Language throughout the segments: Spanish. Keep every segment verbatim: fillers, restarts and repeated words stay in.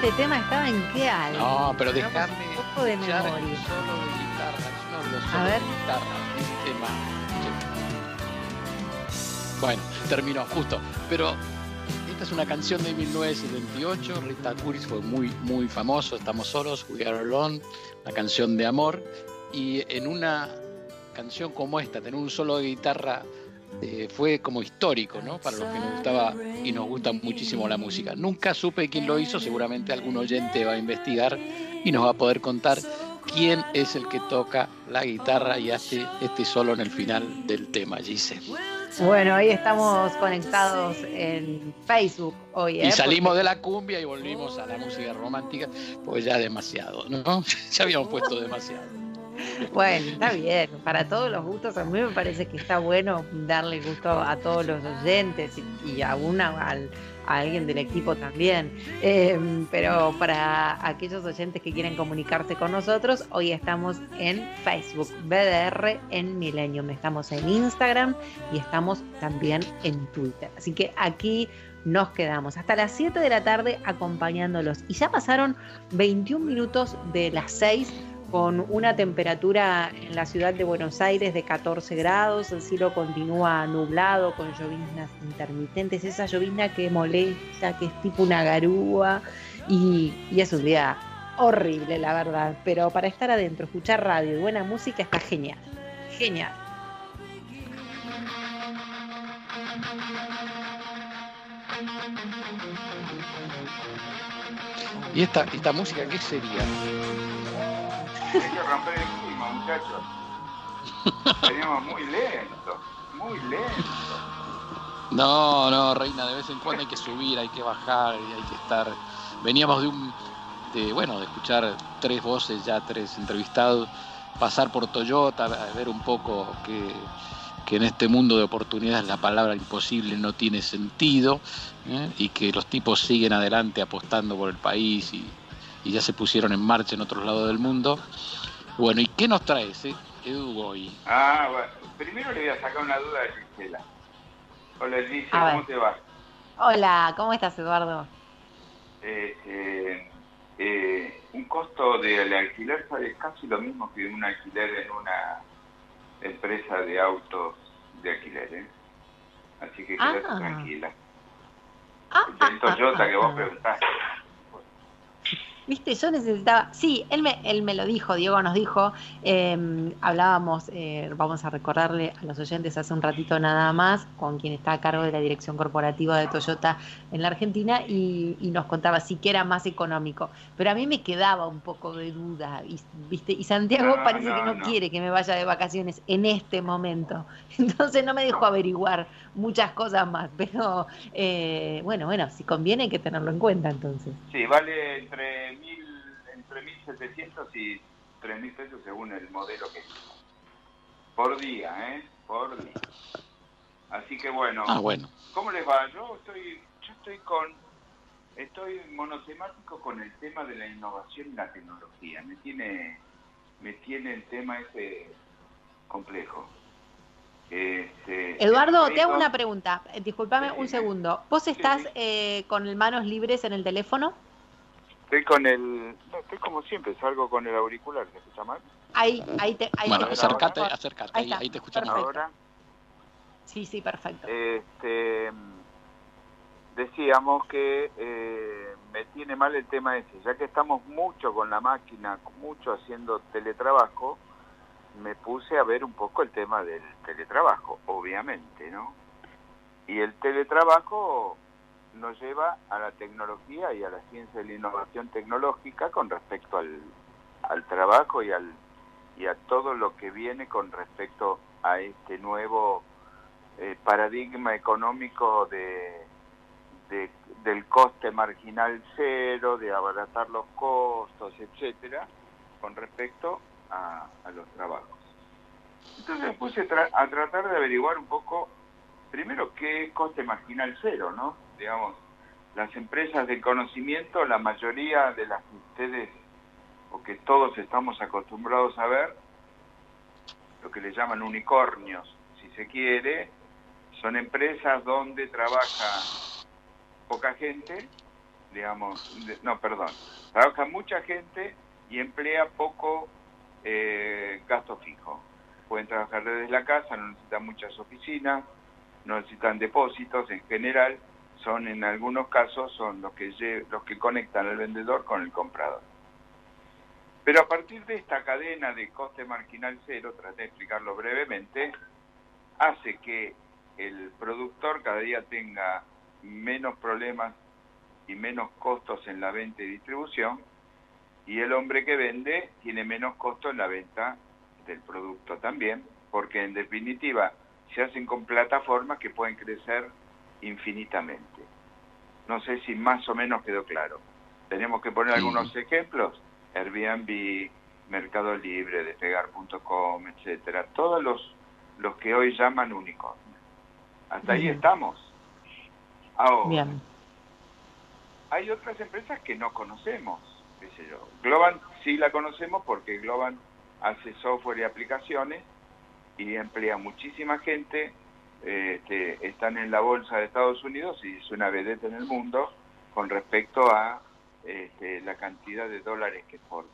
este tema estaba en qué álbum? No, pero déjame un poco de escuchar memoria. el solo de guitarra, es uno de los A solos ver. de guitarra, un tema. Bueno, terminó, justo. Pero esta es una canción de mil novecientos setenta y ocho, Rita Kurz fue muy, muy famoso, Estamos solos, We Are Alone, una canción de amor, y en una canción como esta, tener un solo de guitarra eh, fue como histórico, ¿no? Para los que nos gustaba y nos gusta muchísimo la música. Nunca supe quién lo hizo, seguramente algún oyente va a investigar y nos va a poder contar quién es el que toca la guitarra y hace este solo en el final del tema, Gise. Bueno, ahí estamos conectados en Facebook hoy, ¿eh? Y salimos Porque... de la cumbia y volvimos a la música romántica, pues ya demasiado, ¿no? Ya habíamos puesto demasiado. Bueno, está bien, para todos los gustos. A mí me parece que está bueno darle gusto a todos los oyentes y, y a una al, a alguien del equipo también. Eh, pero para aquellos oyentes que quieren comunicarse con nosotros, hoy estamos en Facebook, B D R en Millennium, estamos en Instagram y estamos también en Twitter. Así que aquí nos quedamos hasta las siete de la tarde acompañándolos. Y ya pasaron veintiún minutos de las seis, con una temperatura en la ciudad de Buenos Aires de catorce grados, el cielo continúa nublado con lloviznas intermitentes, esa llovizna que molesta, que es tipo una garúa, y, y es un día horrible, la verdad, pero para estar adentro, escuchar radio y buena música está genial, genial. ¿Y esta, esta música qué sería? Hay que romper el clima, muchachos. Veníamos muy lentos, muy lentos. No, no, Reina, de vez en cuando hay que subir, hay que bajar y hay que estar. Veníamos de un, de, bueno, de escuchar tres voces, ya tres entrevistados, pasar por Toyota, ver un poco que, que en este mundo de oportunidades la palabra imposible no tiene sentido, ¿eh? Y que los tipos siguen adelante apostando por el país y, y ya se pusieron en marcha en otros lados del mundo. Bueno, ¿y qué nos traes, eh, Edu, hoy? Ah, bueno, primero le voy a sacar una duda a Gisela. Hola, Gisela, ¿cómo te va? Hola, ¿cómo estás, Eduardo? Eh, eh, eh, un costo del alquiler sale casi lo mismo que un alquiler en una empresa de autos de alquiler, ¿eh? Así que quédate ah. tranquila. Ah, El Toyota ah, que vos ah. preguntaste. Viste, yo necesitaba, sí, él me, él me lo dijo, Diego nos dijo, eh, hablábamos, eh, vamos a recordarle a los oyentes hace un ratito nada más, con quien está a cargo de la dirección corporativa de Toyota en la Argentina, y, y nos contaba sí que era más económico, pero a mí me quedaba un poco de duda, y, viste, y Santiago No, parece no, que no, no. quiere que me vaya de vacaciones en este momento, entonces no me dejó averiguar muchas cosas más, pero eh, bueno, bueno, si conviene hay que tenerlo en cuenta entonces. Sí, vale entre mil, entre mil setecientos y tres mil pesos según el modelo que es. Por día, ¿eh? Por día. Así que bueno, Ah, bueno. ¿cómo les va? Yo estoy, yo estoy con, estoy monotemático con el tema de la innovación y la tecnología. Me tiene, me tiene el tema ese complejo. Este, Eduardo, hay te hago dos- una pregunta. Eh, Disculpame un Decime. segundo. ¿Vos estás Sí. eh, con manos libres en el teléfono? Estoy con el, no, estoy como siempre, salgo con el auricular, ¿se escucha mal? Ahí, ahí te, ahí Bueno, te acércate, mejor. acércate, Ahí ahí, está. ahí te escuchamos. Perfecto. Ahora, Sí, sí, perfecto. este, decíamos que eh, me tiene mal el tema ese, ya que estamos mucho con la máquina, mucho haciendo teletrabajo, me puse a ver un poco el tema del teletrabajo, obviamente, ¿no? Y el teletrabajo nos lleva a la tecnología y a la ciencia de la innovación tecnológica con respecto al, al trabajo y al y a todo lo que viene con respecto a este nuevo eh, paradigma económico de, de del coste marginal cero, de abaratar los costos, etcétera, con respecto a, a los trabajos. Entonces me puse tra- a tratar de averiguar un poco, primero, qué es coste marginal cero, ¿no? Digamos, las empresas de conocimiento, la mayoría de las que ustedes, o que todos estamos acostumbrados a ver, lo que le llaman unicornios, si se quiere, son empresas donde trabaja poca gente, digamos, de, no, perdón, trabaja mucha gente y emplea poco eh, gasto fijo. Pueden trabajar desde la casa, no necesitan muchas oficinas, no necesitan depósitos, en general son en algunos casos son los que lle- los que conectan al vendedor con el comprador. Pero a partir de esta cadena de coste marginal cero, traté de explicarlo brevemente, hace que el productor cada día tenga menos problemas y menos costos en la venta y distribución, y el hombre que vende tiene menos costo en la venta del producto también, porque en definitiva se hacen con plataformas que pueden crecer infinitamente. No sé si más o menos quedó claro. Tenemos que poner Sí. algunos ejemplos: Airbnb, Mercado Libre, Despegar punto com, etcétera. Todos los, los que hoy llaman unicornios. Hasta ahí Bien. estamos. Ahora, Bien. hay otras empresas que no conocemos, qué sé yo. Globan sí la conocemos porque Globan hace software y aplicaciones y emplea muchísima gente, eh, este, están en la bolsa de Estados Unidos y es una vedette en el mundo con respecto a este, la cantidad de dólares que forman.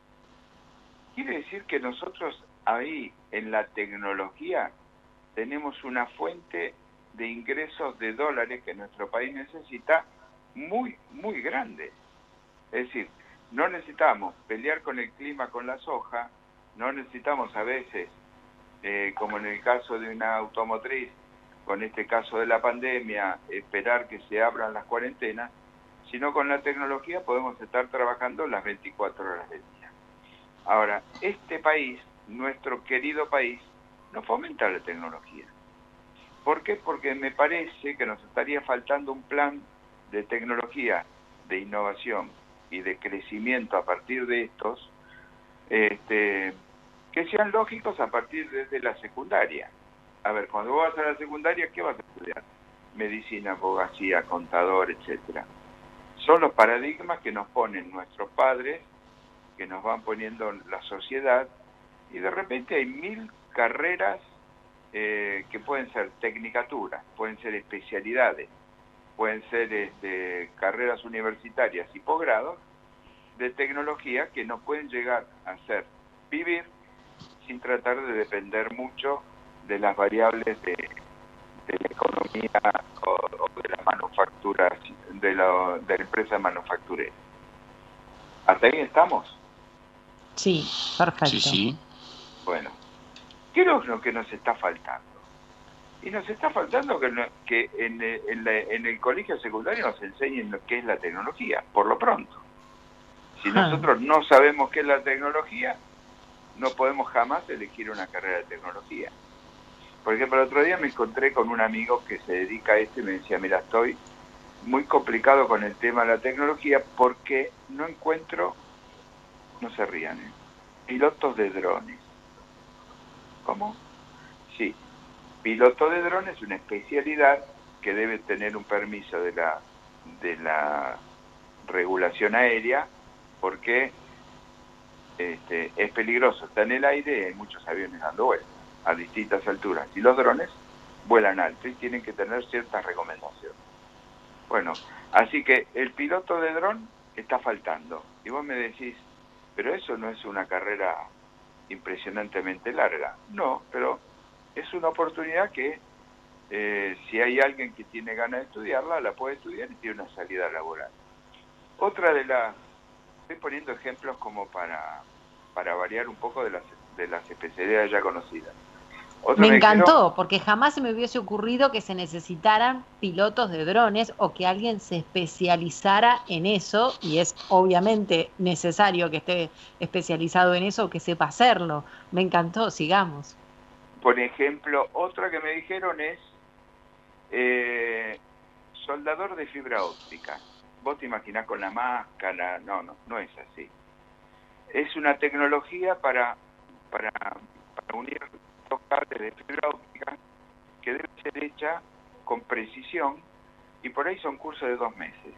Quiere decir que nosotros ahí en la tecnología tenemos una fuente de ingresos de dólares que nuestro país necesita muy, muy grande. Es decir, no necesitamos pelear con el clima con la soja, no necesitamos a veces, eh, como en el caso de una automotriz, con este caso de la pandemia, esperar que se abran las cuarentenas, sino con la tecnología podemos estar trabajando las veinticuatro horas del día. Ahora, este país, nuestro querido país, no fomenta la tecnología. ¿Por qué? Porque me parece que nos estaría faltando un plan de tecnología, de innovación y de crecimiento a partir de estos, este, que sean lógicos a partir desde la secundaria. A ver, cuando vos vas a la secundaria, ¿qué vas a estudiar? Medicina, abogacía, contador, etcétera. Son los paradigmas que nos ponen nuestros padres, que nos van poniendo la sociedad, y de repente hay mil carreras eh, que pueden ser tecnicaturas, pueden ser especialidades, pueden ser este, carreras universitarias y posgrados de tecnología que nos pueden llegar a hacer vivir sin tratar de depender mucho de las variables de, de la economía o, o de la manufactura, de la, de la empresa manufacturera. ¿Hasta ahí estamos? Sí, perfecto. Sí, sí. Bueno, ¿qué es lo que nos está faltando? Y nos está faltando que, no- que en, el- en, la- en el colegio secundario nos enseñen lo que es la tecnología, por lo pronto. Si nosotros no sabemos qué es la tecnología, no podemos jamás elegir una carrera de tecnología. Por ejemplo, el otro día me encontré con un amigo que se dedica a esto y me decía, mira, estoy muy complicado con el tema de la tecnología porque no encuentro, no se rían, ¿eh? pilotos de drones. ¿Cómo? Sí, piloto de drones es una especialidad que debe tener un permiso de la, de la regulación aérea porque este, es peligroso, está en el aire y hay muchos aviones dando vueltas a distintas alturas y los drones vuelan alto y tienen que tener ciertas recomendaciones. Bueno, así que el piloto de dron está faltando y vos me decís, pero eso no es una carrera impresionantemente larga. No, pero es una oportunidad que eh, si hay alguien que tiene ganas de estudiarla, la puede estudiar y tiene una salida laboral. Otra de las, estoy poniendo ejemplos como para, para variar un poco de las, de las especialidades ya conocidas. Otra Me me encantó, dijeron, porque jamás se me hubiese ocurrido que se necesitaran pilotos de drones o que alguien se especializara en eso, y es obviamente necesario que esté especializado en eso o que sepa hacerlo. Me encantó, sigamos. por ejemplo, otra que me dijeron es eh, soldador de fibra óptica. Vos te imaginás con la máscara, no, no, no es así. Es una tecnología para, para, para unir dos cables de fibra óptica que debe ser hecha con precisión y por ahí son cursos de dos meses.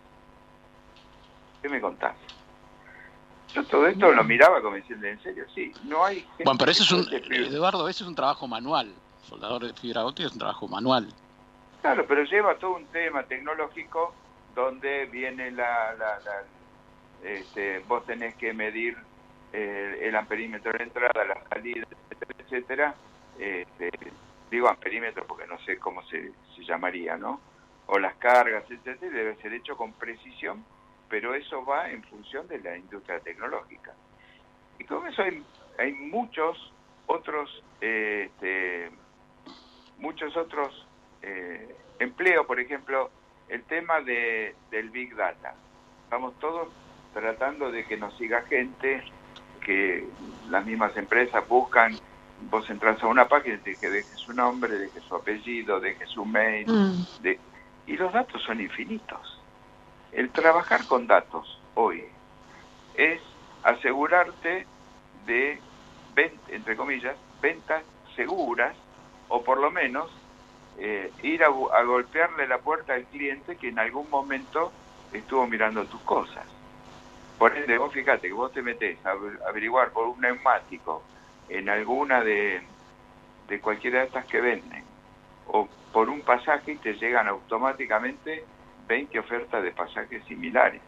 ¿Qué me contás? Yo todo esto lo miraba como diciendo, ¿en serio? Sí, no hay gente Bueno, pero eso es que un, suelte fibra. Eduardo, eso es un trabajo manual. Soldador de fibra óptica es un trabajo manual. Claro, pero lleva todo un tema tecnológico donde viene la, la, la este, vos tenés que medir eh, el amperímetro de entrada, la salida, etcétera, etcétera. Este, digo amperímetro porque no sé cómo se, se llamaría, ¿no? O las cargas, etcétera, debe ser hecho con precisión, pero eso va en función de la industria tecnológica. Y con eso hay, hay muchos otros, eh, este, muchos otros eh, empleos, por ejemplo, el tema de, del Big Data. Estamos todos tratando de que nos siga gente, que las mismas empresas buscan, vos entras a una página y que deje su nombre, deje su apellido, deje su mail, mm. de, y los datos son infinitos. El trabajar con datos hoy es asegurarte de, entre comillas, ventas seguras, o por lo menos eh, ir a, a golpearle la puerta al cliente que en algún momento estuvo mirando tus cosas. Por ende, vos fíjate que vos te metés a averiguar por un neumático en alguna de, de cualquiera de estas que venden, o por un pasaje, y te llegan automáticamente veinte ofertas de pasajes similares.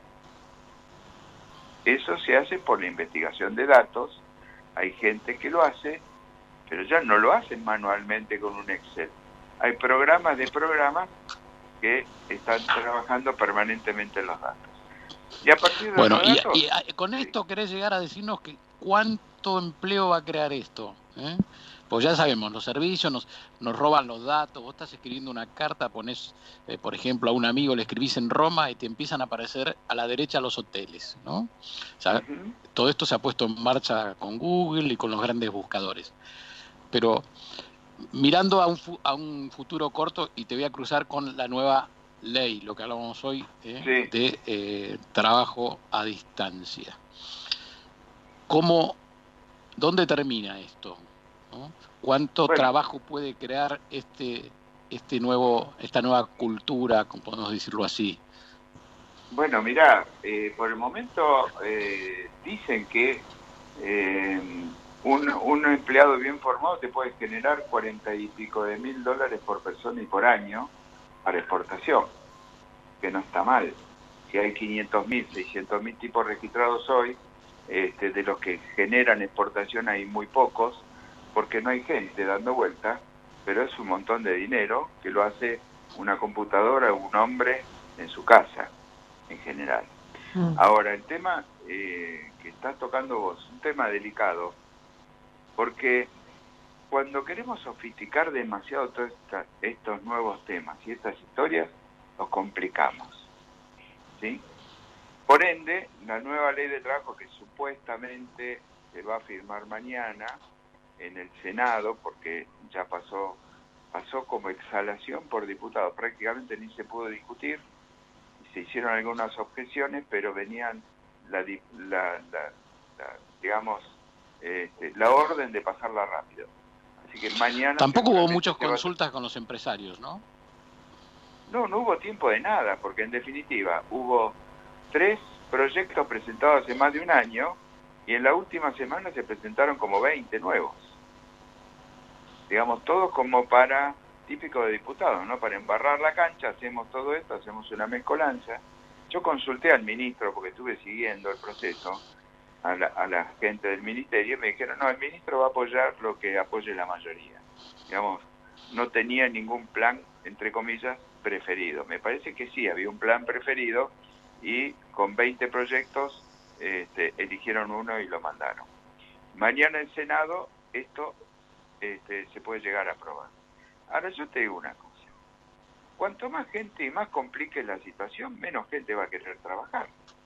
Eso se hace por la investigación de datos. Hay gente que lo hace, pero ya no lo hacen manualmente con un Excel. Hay programas de programas que están trabajando permanentemente en los datos. Y a partir de bueno, los y, datos, y con esto sí. querés llegar a decirnos que cuánto empleo va a crear esto, ¿eh? Pues ya sabemos, los servicios nos, nos roban los datos. Vos estás escribiendo una carta, ponés, eh, por ejemplo, a un amigo, le escribís en Roma y te empiezan a aparecer a la derecha los hoteles, ¿no? O sea, uh-huh. Todo esto se ha puesto en marcha con Google y con los grandes buscadores. Pero mirando a un, a un futuro corto, y te voy a cruzar con la nueva ley, lo que hablábamos hoy, ¿eh? sí. de eh, trabajo a distancia. ¿Cómo, dónde termina esto? ¿No? ¿Cuánto bueno. trabajo puede crear este este nuevo esta nueva cultura, como podemos decirlo así? Bueno, mirá, eh, por el momento eh, dicen que eh, un, un empleado bien formado te puede generar cuarenta y pico de mil dólares por persona y por año para exportación, que no está mal. Si hay quinientos mil, seiscientos mil tipos registrados hoy, este, de los que generan exportación hay muy pocos, porque no hay gente dando vuelta, pero es un montón de dinero que lo hace una computadora o un hombre en su casa, en general. Mm. Ahora, el tema eh, que estás tocando vos, un tema delicado, porque cuando queremos sofisticar demasiado todos esta, estos nuevos temas y estas historias, los complicamos, ¿sí? Por ende, la nueva ley de trabajo que supuestamente se va a firmar mañana en el Senado, porque ya pasó pasó como exhalación por diputados, prácticamente ni se pudo discutir, se hicieron algunas objeciones, pero venían la, la, la, la digamos este, la orden de pasarla rápido. Así que mañana tampoco hubo muchas consultas a... con los empresarios, ¿no? No, no hubo tiempo de nada, porque en definitiva hubo tres proyectos presentados hace más de un año y en la última semana se presentaron como veinte nuevos. Digamos, todos como para, típico de diputados, ¿no? Para embarrar la cancha, hacemos todo esto, hacemos una mezcolanza. Yo consulté al ministro, porque estuve siguiendo el proceso, a la, a la gente del ministerio, y me dijeron, no, el ministro va a apoyar lo que apoye la mayoría. Digamos, no tenía ningún plan, entre comillas, preferido. Me parece que sí, había un plan preferido, y con veinte proyectos este, eligieron uno y lo mandaron. Mañana en Senado esto este, se puede llegar a aprobar. Ahora yo te digo una cosa, cuanto más gente y más complique la situación, menos gente va a querer trabajar.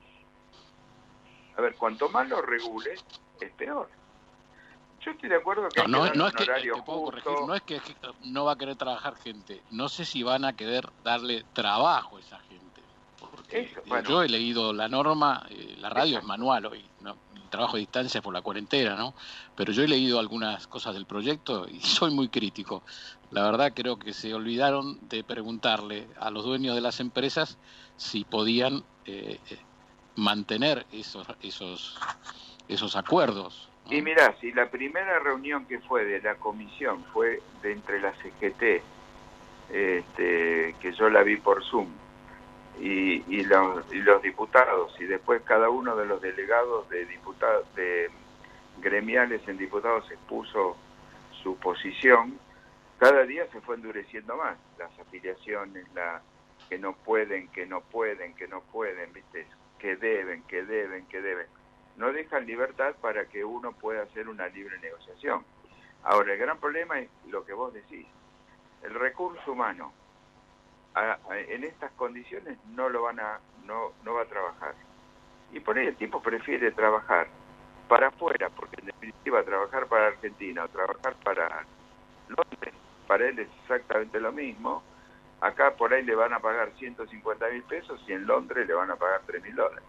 A ver, cuanto más lo regule, es peor. Yo estoy de acuerdo que no, hay que no, dar no un es que, horario te puedo justo. corregir, no es que no va a querer trabajar gente, no sé si van a querer darle trabajo a esa gente. Porque Eso, bueno. Yo he leído la norma, eh, la radio Exacto. es manual hoy, ¿no? El trabajo a distancia es por la cuarentena, ¿no? Pero yo he leído algunas cosas del proyecto y soy muy crítico. La verdad creo que se olvidaron de preguntarle a los dueños de las empresas si podían eh, mantener esos esos esos acuerdos, ¿no? Y mirá, si la primera reunión que fue de la comisión fue de entre la C G T, este, que yo la vi por Zoom, y, y, los, y los diputados, y después cada uno de los delegados de diputados, de gremiales en diputados expuso su posición, cada día se fue endureciendo más las afiliaciones, la que no pueden, que no pueden, que no pueden, ¿viste? Que deben, que deben, que deben. No dejan libertad para que uno pueda hacer una libre negociación. Ahora, el gran problema es lo que vos decís. El recurso humano a, a, en estas condiciones no lo van a, no, no va a trabajar. Y por ahí el tipo prefiere trabajar para afuera, porque en definitiva trabajar para Argentina o trabajar para Londres, para él es exactamente lo mismo. Acá por ahí le van a pagar ciento cincuenta mil pesos y en Londres le van a pagar tres mil dólares.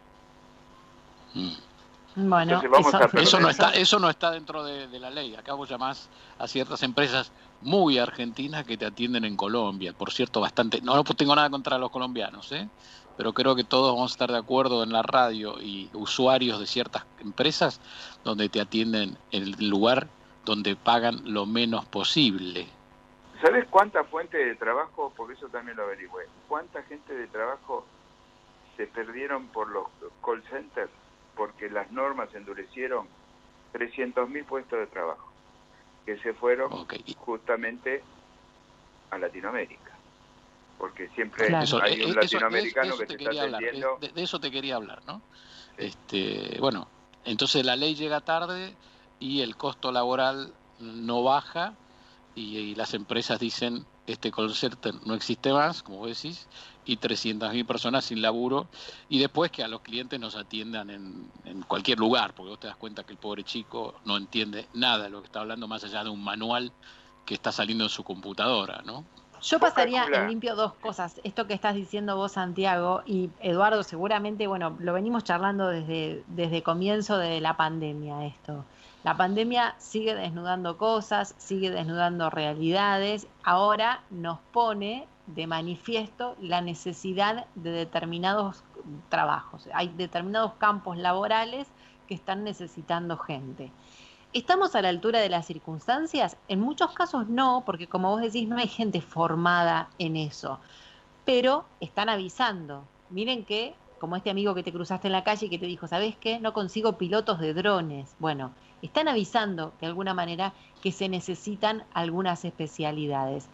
Mm. Bueno, Entonces vamos eso, a perder. Eso no está, eso no está dentro de, de la ley. Acá vos llamás a ciertas empresas muy argentinas que te atienden en Colombia. Por cierto, bastante. No, no tengo nada contra los colombianos, ¿eh? Pero creo que todos vamos a estar de acuerdo en la radio y usuarios de ciertas empresas donde te atienden en el lugar donde pagan lo menos posible. ¿Sabes cuánta fuente de trabajo, porque eso también lo averigüé, cuánta gente de trabajo se perdieron por los call centers? Porque las normas endurecieron trescientos mil puestos de trabajo que se fueron Okay. justamente a Latinoamérica. Porque siempre Claro. Eso, hay un eso, latinoamericano de eso que te te quería está hablar. atendiendo. De, de eso te quería hablar, ¿no? Sí. Este, bueno, entonces la ley llega tarde y el costo laboral no baja y, y las empresas dicen este call center no existe más, como vos decís, y trescientas mil personas sin laburo, y después que a los clientes nos atiendan en, en cualquier lugar, porque vos te das cuenta que el pobre chico no entiende nada de lo que está hablando más allá de un manual que está saliendo en su computadora, ¿no? yo Vos pasaría calculá. en limpio dos cosas. Esto que estás diciendo vos, Santiago, y Eduardo, seguramente, bueno, lo venimos charlando desde, desde comienzo de la pandemia esto. La pandemia sigue desnudando cosas, sigue desnudando realidades. Ahora nos pone de manifiesto la necesidad de determinados trabajos. Hay determinados campos laborales que están necesitando gente. ¿Estamos a la altura de las circunstancias? En muchos casos no, porque como vos decís, no hay gente formada en eso, pero están avisando. Miren que, como este amigo que te cruzaste en la calle y que te dijo, ¿sabés qué? No consigo pilotos de drones. Bueno, están avisando de alguna manera que se necesitan algunas especialidades.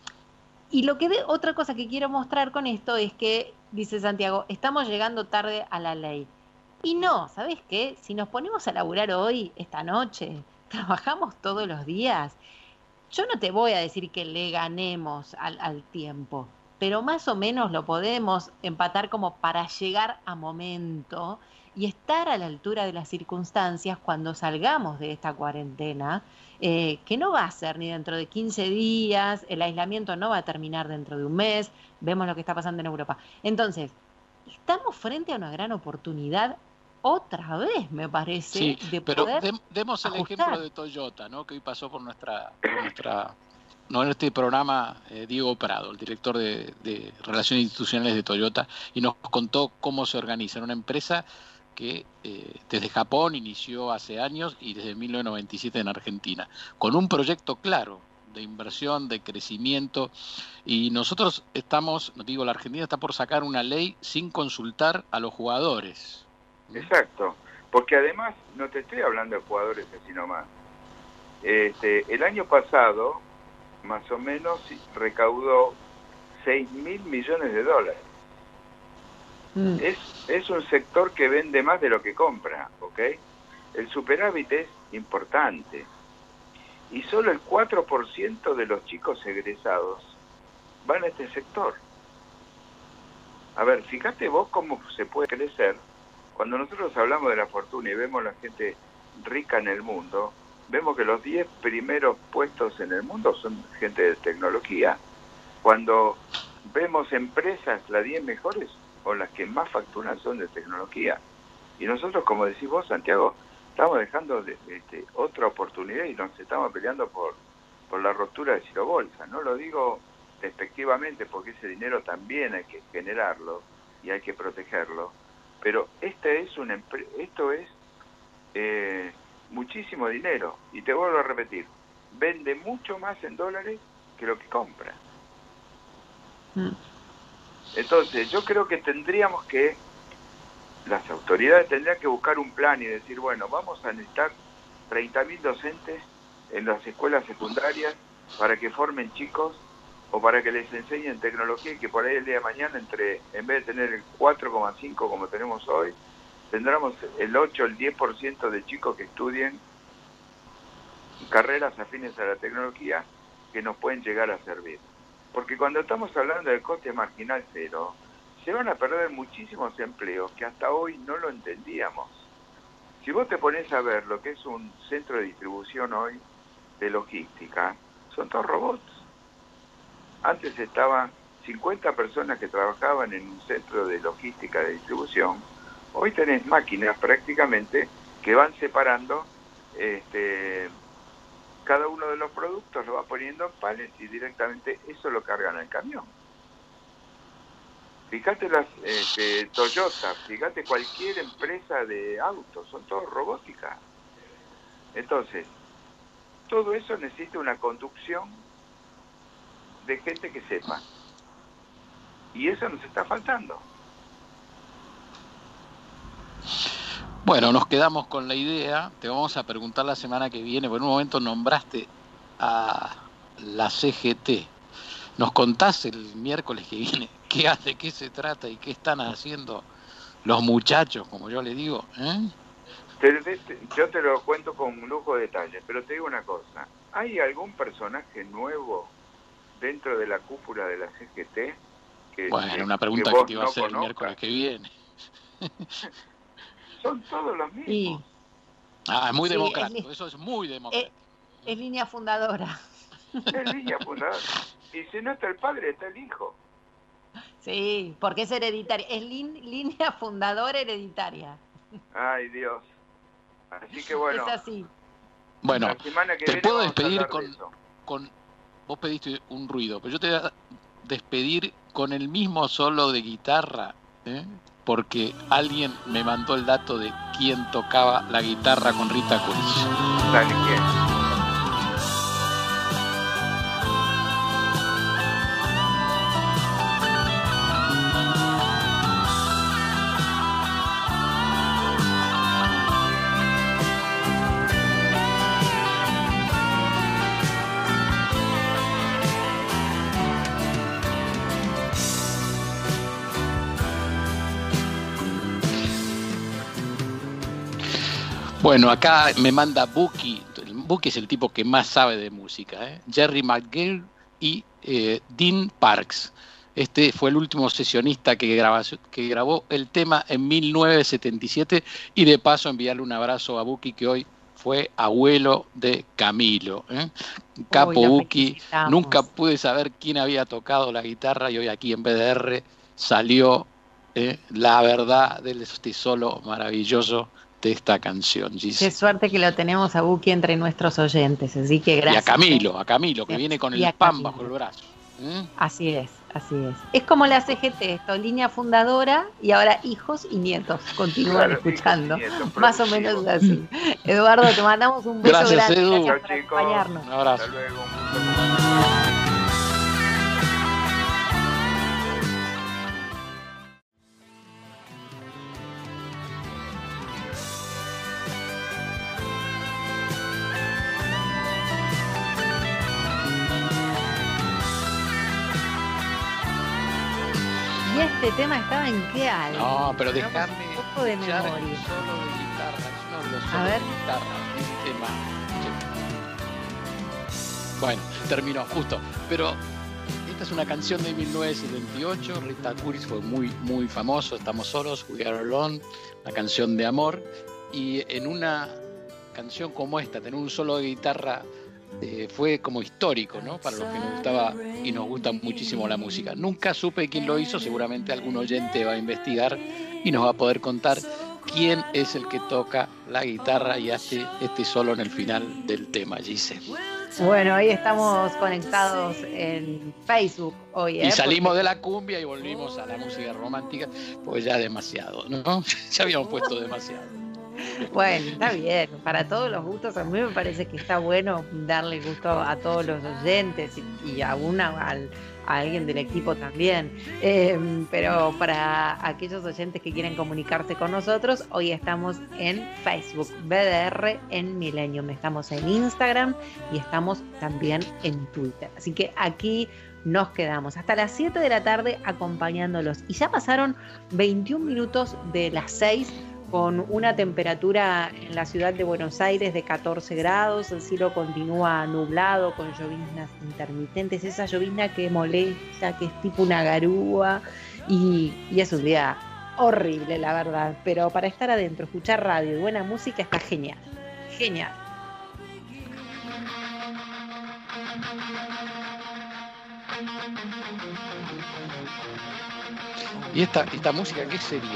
Y lo que de, otra cosa que quiero mostrar con esto es que, dice Santiago, estamos llegando tarde a la ley. Y no, ¿sabes qué? Si nos ponemos a laburar hoy, esta noche, trabajamos todos los días, yo no te voy a decir que le ganemos al, al tiempo, pero más o menos lo podemos empatar como para llegar a momento y estar a la altura de las circunstancias cuando salgamos de esta cuarentena, eh, que no va a ser ni dentro de quince días, el aislamiento no va a terminar dentro de un mes, vemos lo que está pasando en Europa. Entonces, estamos frente a una gran oportunidad otra vez, me parece, Sí, de pero poder de, demos el ajustar. ejemplo de Toyota, ¿no? Que hoy pasó por nuestra, por nuestra, no en este programa, eh, Diego Prado, el director de, de Relaciones Institucionales de Toyota, y nos contó cómo se organiza en una empresa que eh, desde Japón inició hace años y desde mil novecientos noventa y siete en Argentina, con un proyecto claro de inversión, de crecimiento, y nosotros estamos, no digo, la Argentina está por sacar una ley sin consultar a los jugadores. Exacto, porque además no te estoy hablando de jugadores así nomás. Este, el año pasado, más o menos, recaudó seis mil millones de dólares. Mm. Es, es un sector que vende más de lo que compra, ¿ok? El superávit es importante. Y solo el cuatro por ciento de los chicos egresados van a este sector. A ver, fíjate vos cómo se puede crecer. Cuando nosotros hablamos de la fortuna y vemos la gente rica en el mundo, vemos que los diez primeros puestos en el mundo son gente de tecnología. Cuando vemos empresas, las diez mejores o las que más facturan son de tecnología. Y nosotros, como decís vos, Santiago, estamos dejando de, de, de otra oportunidad y nos estamos peleando por, por la ruptura de Ciro Bolsa. No lo digo despectivamente porque ese dinero también hay que generarlo y hay que protegerlo. Pero este es un, esto es eh, muchísimo dinero. Y te vuelvo a repetir, vende mucho más en dólares que lo que compra. Entonces, yo creo que tendríamos que, las autoridades tendrían que buscar un plan y decir, bueno, vamos a necesitar treinta mil docentes en las escuelas secundarias para que formen chicos o para que les enseñen tecnología y que por ahí el día de mañana, entre en vez de tener el cuatro coma cinco como tenemos hoy, tendremos el ocho, el diez por ciento de chicos que estudien carreras afines a la tecnología que nos pueden llegar a servir. Porque cuando estamos hablando del coste marginal cero, se van a perder muchísimos empleos que hasta hoy no lo entendíamos. Si vos te pones a ver lo que es un centro de distribución hoy de logística, son todos robots. Antes estaban cincuenta personas que trabajaban en un centro de logística de distribución. Hoy tenés máquinas prácticamente que van separando este, cada uno de los productos, lo va poniendo en pallets y directamente eso lo cargan al camión. Fíjate las este, Toyota, fíjate cualquier empresa de autos, son todos robóticas. Entonces, todo eso necesita una conducción de gente que sepa. Y eso nos está faltando. Bueno, nos quedamos con la idea, te vamos a preguntar la semana que viene, porque en un momento nombraste a la C G T. ¿Nos contás el miércoles que viene qué hace, qué se trata y qué están haciendo los muchachos, como yo le digo? ¿eh? Te, te, yo te lo cuento con lujo de detalles, pero te digo una cosa. ¿Hay algún personaje nuevo dentro de la cúpula de la C G T? Que, bueno, que, una pregunta que, que te iba no a hacer conozcas. el miércoles que viene. Son todos los mismos. Y, Ah, es muy sí, democrático, es, eso es muy democrático. es, es línea fundadora. Es línea fundadora. Y si no está el padre, está el hijo. Sí, porque es hereditaria. Es lin, línea fundadora hereditaria. Ay, Dios. Así que bueno. Es así. Bueno, la semana que te viene puedo vamos a despedir hablar con, de eso. con... Vos pediste un ruido, pero yo te voy a despedir con el mismo solo de guitarra, ¿eh? Porque alguien me mandó el dato de quién tocaba la guitarra con Rita Coolidge. Dale, ¿quién? Bueno, acá me manda Buki. Buki es el tipo que más sabe de música, ¿eh? Jerry McGill y eh, Dean Parks. Este fue el último sesionista que grabó, que grabó el tema en mil novecientos setenta y siete. Y de paso enviarle un abrazo a Buki, que hoy fue abuelo de Camilo, ¿eh? Capo Uy, Buki. Nunca pude saber quién había tocado la guitarra y hoy aquí en B D R salió ¿eh? la verdad de este solo maravilloso de esta canción, Gise. Qué suerte que lo tenemos a Buki entre nuestros oyentes, así que gracias. Y a Camilo, a Camilo, que sí, viene con el pan Camilo. bajo el brazo. ¿eh? Así es, así es. Es como la C G T, esto, línea fundadora y ahora hijos y nietos continúan Claro, escuchando. hijos y nietos, Más o menos así. Eduardo, te mandamos un beso Gracias, grande. Edu. Gracias Chao, por chicos. acompañarnos. Un abrazo. Hasta luego. Un gusto. ¿Y este tema estaba en qué álbum? No, pero Hagamos dejame un poco de escuchar memoria. el solo de guitarra, es uno de los A solos ver. de guitarra, un tema. Sí. Bueno, terminó, justo. Pero esta es una canción de mil novecientos setenta y ocho, Rita Coolidge fue muy, muy famoso, Estamos solos, We Are Alone, una canción de amor, y en una canción como esta, tener un solo de guitarra eh, fue como histórico, ¿no? Para los que nos gustaba y nos gusta muchísimo la música. Nunca supe quién lo hizo, seguramente algún oyente va a investigar y nos va a poder contar quién es el que toca la guitarra y hace este solo en el final del tema, Gise. Bueno, hoy estamos conectados en Facebook hoy, ¿eh? Y salimos Porque... de la cumbia y volvimos a la música romántica, pues ya demasiado, ¿no? Ya habíamos puesto demasiado. Bueno, está bien, para todos los gustos. A mí me parece que está bueno darle gusto a todos los oyentes y, y aún a, al, a alguien del equipo también. Eh, pero para aquellos oyentes que quieren comunicarse con nosotros, hoy estamos en Facebook, B D R en Millennium, estamos en Instagram y estamos también en Twitter. Así que aquí nos quedamos hasta las siete de la tarde acompañándolos. Y ya pasaron veintiún minutos de las seis, con una temperatura en la ciudad de Buenos Aires de catorce grados, el cielo continúa nublado con lloviznas intermitentes, esa llovizna que molesta, que es tipo una garúa, y, y es un día horrible, la verdad, pero para estar adentro, escuchar radio y buena música está genial, genial. ¿Y esta, esta música qué sería?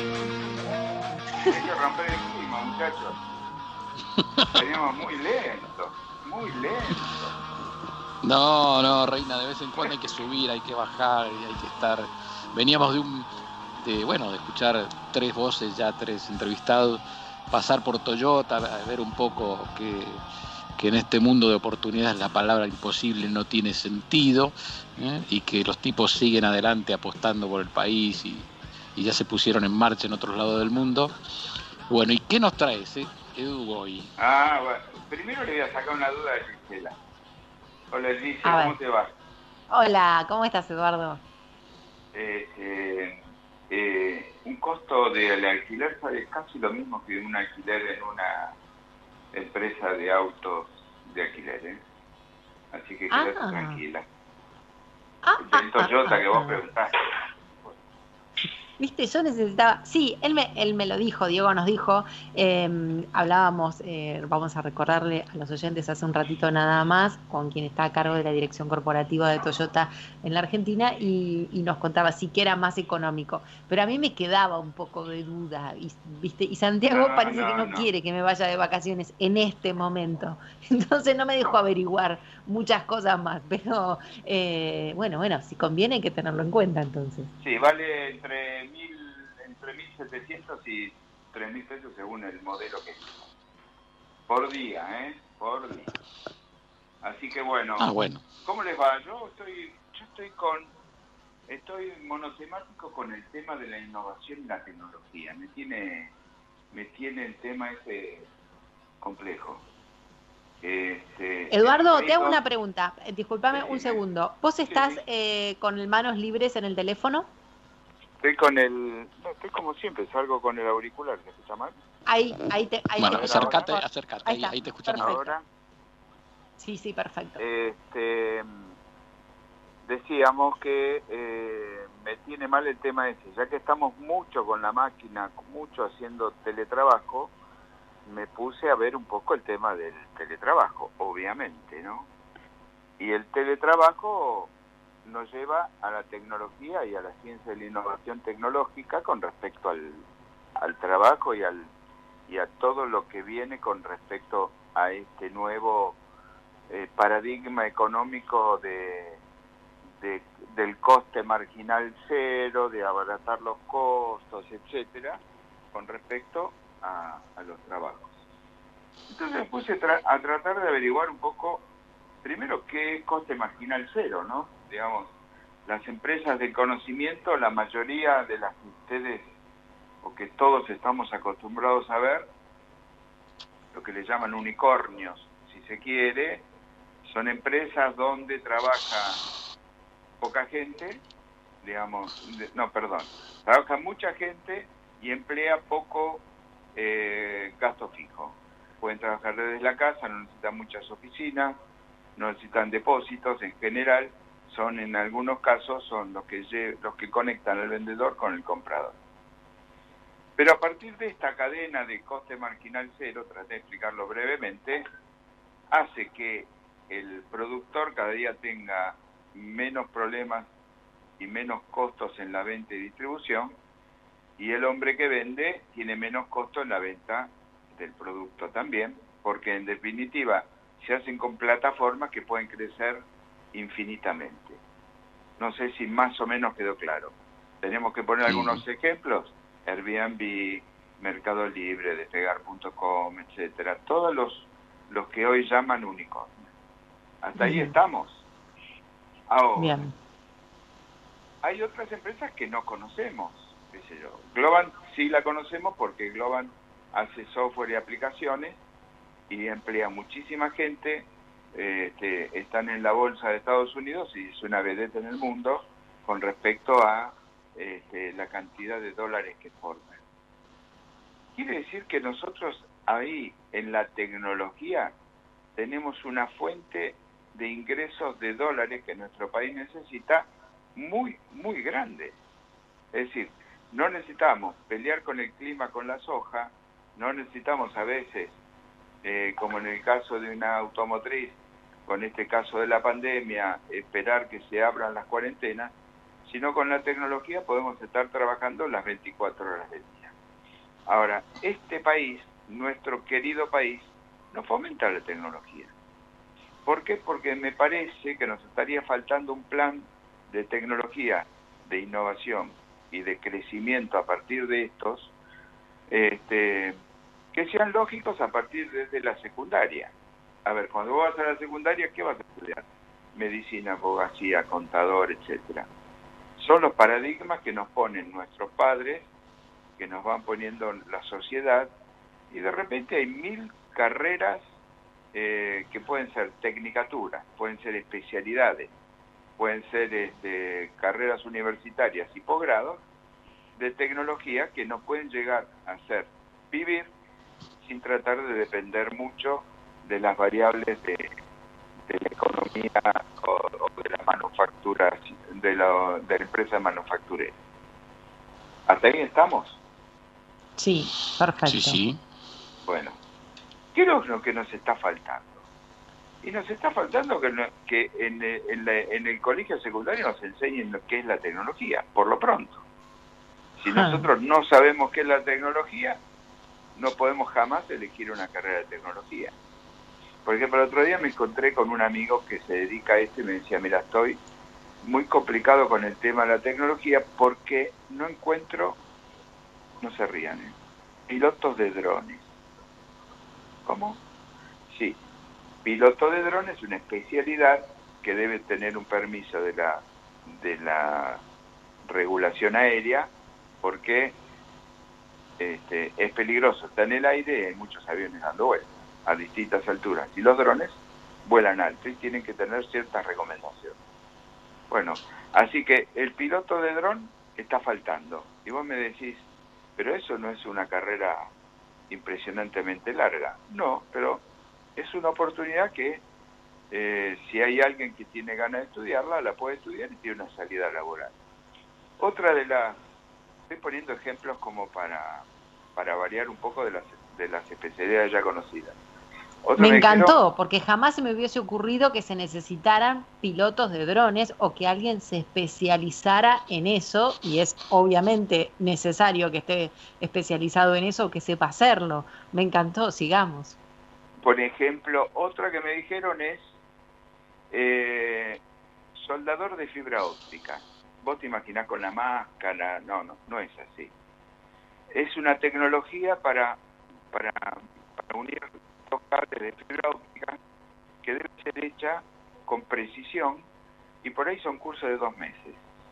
Hay que romper el clima, muchachos. Veníamos muy lentos, muy lentos. No, no, Reina, de vez en cuando hay que subir, hay que bajar y hay que estar. Veníamos de un, de, bueno, de escuchar tres voces, ya tres entrevistados, pasar por Toyota, ver un poco que, que en este mundo de oportunidades la palabra imposible no tiene sentido, ¿eh? Y que los tipos siguen adelante apostando por el país y, y ya se pusieron en marcha en otros lados del mundo. Bueno, ¿y qué nos traes, eh, Edu, hoy? Ah, bueno, primero le voy a sacar una duda a Gisela. Hola, Gisela, ¿cómo te va? Hola, ¿cómo estás, Eduardo? Eh, eh, eh, un costo del alquiler sale casi lo mismo que un alquiler en una empresa de autos de alquiler, ¿eh? Así que quédate ah. tranquila. Ah, el Toyota ah, ah, que vos preguntaste. Viste, yo necesitaba, sí, él me, él me lo dijo, Diego nos dijo, eh, hablábamos, eh, vamos a recordarle a los oyentes hace un ratito nada más, con quien está a cargo de la dirección corporativa de Toyota en la Argentina, y, y nos contaba sí que era más económico, pero a mí me quedaba un poco de duda, y, viste, y Santiago no, parece no, que no, no quiere que me vaya de vacaciones en este momento, entonces no me dejó averiguar muchas cosas más, pero eh, bueno, bueno, si conviene hay que tenerlo en cuenta entonces. Sí, vale entre mil, entre mil setecientos y tres mil pesos según el modelo que es. Por día, ¿eh? Por día. Así que bueno, ah, bueno. ¿Cómo les va? Yo estoy, yo estoy con, estoy monotemático con el tema de la innovación y la tecnología. Me tiene, me tiene el tema ese complejo. Este, Eduardo, te hago una pregunta. Disculpame sí, un segundo. ¿Vos estás sí, sí. Eh, con manos libres en el teléfono? Estoy con el... No, estoy como siempre, salgo con el auricular. ¿Se escucha mal? Ahí, ahí te... Ahí bueno, te acércate, acércate. Ahí, ahí, ahí te escuchamos. Ahora. Sí, sí, perfecto. Este, decíamos que eh, me tiene mal el tema ese. Ya que estamos mucho con la máquina, mucho haciendo teletrabajo, me puse a ver un poco el tema del teletrabajo, obviamente, ¿no? Y el teletrabajo nos lleva a la tecnología y a la ciencia de la innovación tecnológica con respecto al, al trabajo y, al, y a todo lo que viene con respecto a este nuevo eh, paradigma económico de, de, del coste marginal cero, de abaratar los costos, etcétera, con respecto A, a los trabajos. Entonces me puse tra a tratar de averiguar un poco, primero, qué es coste marginal cero, ¿no? Digamos, las empresas de conocimiento, la mayoría de las que ustedes, o que todos estamos acostumbrados a ver, lo que le llaman unicornios, si se quiere, son empresas donde trabaja poca gente, digamos, de, no, perdón, trabaja mucha gente y emplea poco Eh, gasto fijo. Pueden trabajar desde la casa, no necesitan muchas oficinas, no necesitan depósitos, en general son, en algunos casos, son los que los que conectan al vendedor con el comprador. Pero a partir de esta cadena de coste marginal cero, traté de explicarlo brevemente, hace que el productor cada día tenga menos problemas y menos costos en la venta y distribución, y el hombre que vende tiene menos costo en la venta del producto también, porque en definitiva se hacen con plataformas que pueden crecer infinitamente. No sé si más o menos quedó claro. Tenemos que poner algunos sí. ejemplos: Airbnb, Mercado Libre, Despegar punto com, etcétera. Todos los, los que hoy llaman unicornios. Hasta Bien. ahí estamos. Ahora, Bien. hay otras empresas que no conocemos, qué sé yo. Globant sí la conocemos porque Globant hace software y aplicaciones y emplea muchísima gente, eh, este, están en la bolsa de Estados Unidos y es una vedette en el mundo con respecto a este, la cantidad de dólares que forman. Quiere decir que nosotros ahí en la tecnología tenemos una fuente de ingresos de dólares que nuestro país necesita muy, muy grande. Es decir, no necesitamos pelear con el clima con la soja, no necesitamos a veces, eh, como en el caso de una automotriz, con este caso de la pandemia, esperar que se abran las cuarentenas, sino con la tecnología podemos estar trabajando las veinticuatro horas del día. Ahora, este país, nuestro querido país, no fomenta la tecnología. ¿Por qué? Porque me parece que nos estaría faltando un plan de tecnología, de innovación y de crecimiento a partir de estos, este, que sean lógicos a partir desde la secundaria. A ver, cuando vos vas a la secundaria, ¿qué vas a estudiar? Medicina, abogacía, contador, etcétera. Son los paradigmas que nos ponen nuestros padres, que nos van poniendo la sociedad, y de repente hay mil carreras eh, que pueden ser tecnicaturas, pueden ser especialidades, pueden ser este, carreras universitarias y posgrados de tecnología que nos pueden llegar a hacer vivir sin tratar de depender mucho de las variables de, de la economía o, o de la manufactura, de la, de la empresa manufacturera. ¿Hasta ahí estamos? Sí, perfecto. Sí, sí. Bueno, ¿qué es lo que nos está faltando? Y nos está faltando que, que en, en, la, en el colegio secundario nos enseñen lo que es la tecnología, por lo pronto. Si nosotros no sabemos qué es la tecnología, no podemos jamás elegir una carrera de tecnología. Por ejemplo, el otro día me encontré con un amigo que se dedica a esto y me decía, mira, estoy muy complicado con el tema de la tecnología porque no encuentro, no se rían, ¿eh? pilotos de drones. ¿Cómo? Sí, piloto de drones es una especialidad que debe tener un permiso de la, de la regulación aérea porque este, es peligroso, está en el aire y hay muchos aviones dando vueltas a distintas alturas y los drones vuelan alto y tienen que tener ciertas recomendaciones. Bueno, así que el piloto de dron está faltando y vos me decís, pero eso no es una carrera impresionantemente larga. No, pero es una oportunidad que eh, si hay alguien que tiene ganas de estudiarla, la puede estudiar y tiene una salida laboral. Otra de las, estoy poniendo ejemplos como para, para variar un poco de las, de las especialidades ya conocidas. Otra me, me encantó, dijeron, porque jamás se me hubiese ocurrido que se necesitaran pilotos de drones o que alguien se especializara en eso, y es obviamente necesario que esté especializado en eso o que sepa hacerlo. Me encantó, sigamos. Por ejemplo, otra que me dijeron es eh, soldador de fibra óptica. Vos te imaginás con la máscara, no, no, no es así. Es una tecnología para, para, para unir dos cables de fibra óptica que debe ser hecha con precisión y por ahí son cursos de dos meses.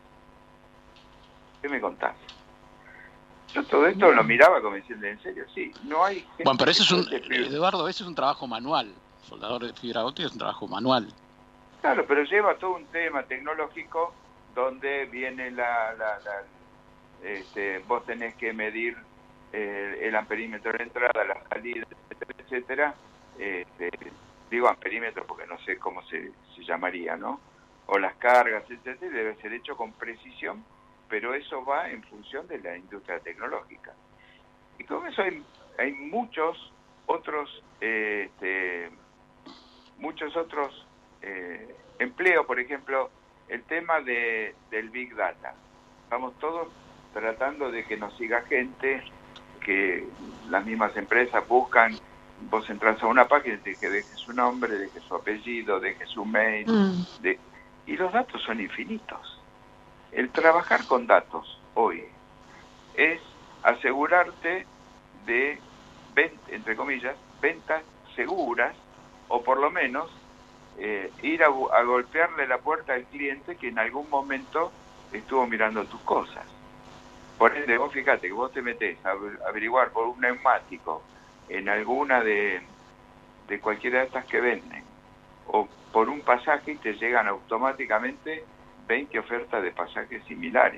¿Qué me contás? Yo todo esto lo miraba como diciendo, ¿en serio? Sí, no hay gente. Bueno, pero eso es un, fibra... Eduardo, eso es un trabajo manual. Soldador de fibra óptica es un trabajo manual. Claro, pero lleva todo un tema tecnológico donde viene la... la, la este, vos tenés que medir eh, el amperímetro de la entrada, la salida, etcétera, etcétera. Este, digo amperímetro porque no sé cómo se, se llamaría, ¿no? O las cargas, etcétera, y debe ser hecho con precisión, pero eso va en función de la industria tecnológica. Y con eso hay, hay muchos otros, eh, este, muchos otros eh, empleos, por ejemplo, el tema de, del Big Data. Estamos todos tratando de que nos siga gente, que las mismas empresas buscan, vos entras a una página y que deje su nombre, deje su apellido, deje su mail, mm. de, y los datos son infinitos. El trabajar con datos hoy es asegurarte de, entre comillas, ventas seguras, o por lo menos eh, ir a, a golpearle la puerta al cliente que en algún momento estuvo mirando tus cosas. Por ende, vos fíjate que vos te metés a averiguar por un neumático en alguna de, de cualquiera de estas que venden, o por un pasaje y te llegan automáticamente veinte ofertas de pasajes similares.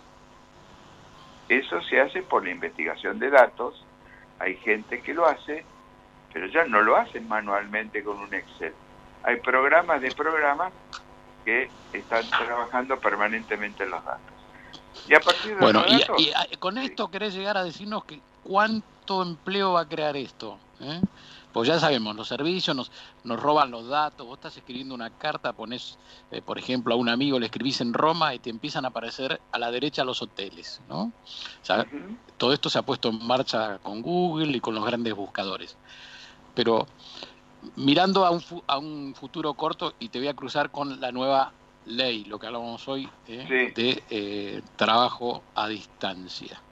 Eso se hace por la investigación de datos. Hay gente que lo hace, pero ya no lo hacen manualmente con un Excel. Hay programas de programas que están trabajando permanentemente en los datos. Y a partir de bueno, los y, datos, y con esto sí. querés llegar a decirnos que cuánto empleo va a crear esto, ¿eh? Pues ya sabemos, los servicios nos, nos roban los datos. Vos estás escribiendo una carta, ponés, eh, por ejemplo, a un amigo, le escribís en Roma y te empiezan a aparecer a la derecha los hoteles, ¿no? O sea, uh-huh. Todo esto se ha puesto en marcha con Google y con los grandes buscadores. Pero mirando a un, a un futuro corto, y te voy a cruzar con la nueva ley, lo que hablábamos hoy, ¿eh? sí. de eh, trabajo a distancia.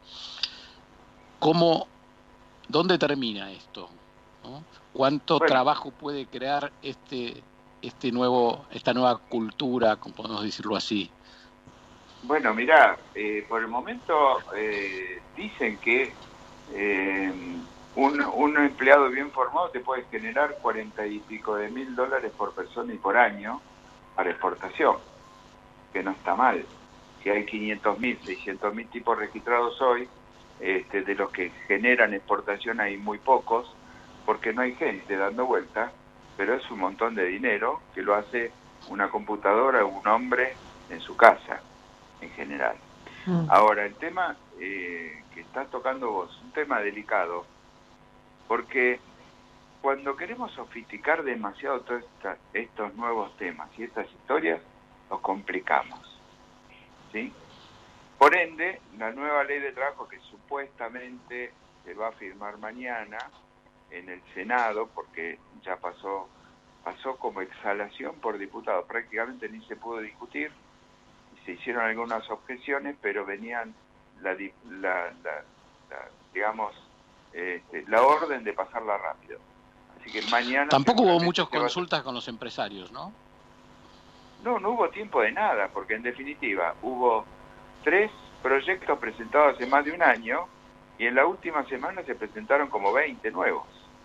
¿Cómo, dónde termina esto? ¿No? ¿Cuánto bueno. trabajo puede crear este este nuevo esta nueva cultura, como podemos decirlo así? Bueno, mirá, eh, por el momento eh, dicen que eh, un, un empleado bien formado te puede generar cuarenta y pico de mil dólares por persona y por año para exportación, que no está mal. Si hay quinientos mil, seiscientos mil tipos registrados hoy, este, de los que generan exportación hay muy pocos, porque no hay gente dando vuelta, pero es un montón de dinero que lo hace una computadora o un hombre en su casa, en general. Mm. Ahora, el tema eh, que estás tocando vos, un tema delicado, porque cuando queremos sofisticar demasiado todos estos nuevos temas y estas historias, los complicamos, ¿sí? Por ende, la nueva ley de trabajo que supuestamente se va a firmar mañana en el Senado, porque ya pasó pasó como exhalación por diputados, prácticamente ni se pudo discutir, y se hicieron algunas objeciones, pero venían la, la, la, la digamos este, la orden de pasarla rápido. Así que mañana tampoco hubo muchas consultas a... con los empresarios, ¿no? No, no hubo tiempo de nada, porque en definitiva hubo tres proyectos presentados hace más de un año y en la última semana se presentaron como veinte nuevos.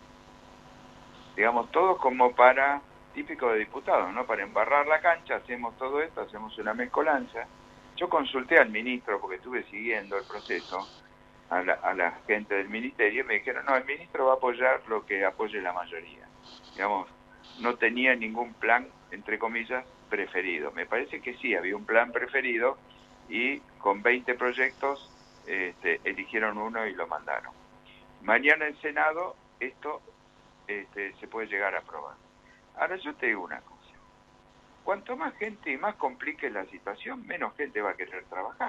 Digamos, todos como para, típico de diputados, ¿no? Para embarrar la cancha, hacemos todo esto, hacemos una mezcolanza. Yo consulté al ministro, porque estuve siguiendo el proceso, a la, a la gente del ministerio, y me dijeron, no, el ministro va a apoyar lo que apoye la mayoría. Digamos, no tenía ningún plan, entre comillas, preferido. Me parece que sí, había un plan preferido, y con veinte proyectos este, eligieron uno y lo mandaron. Mañana en Senado esto este, se puede llegar a aprobar. Ahora yo te digo una cosa, cuanto más gente y más complique la situación, menos gente va a querer trabajar.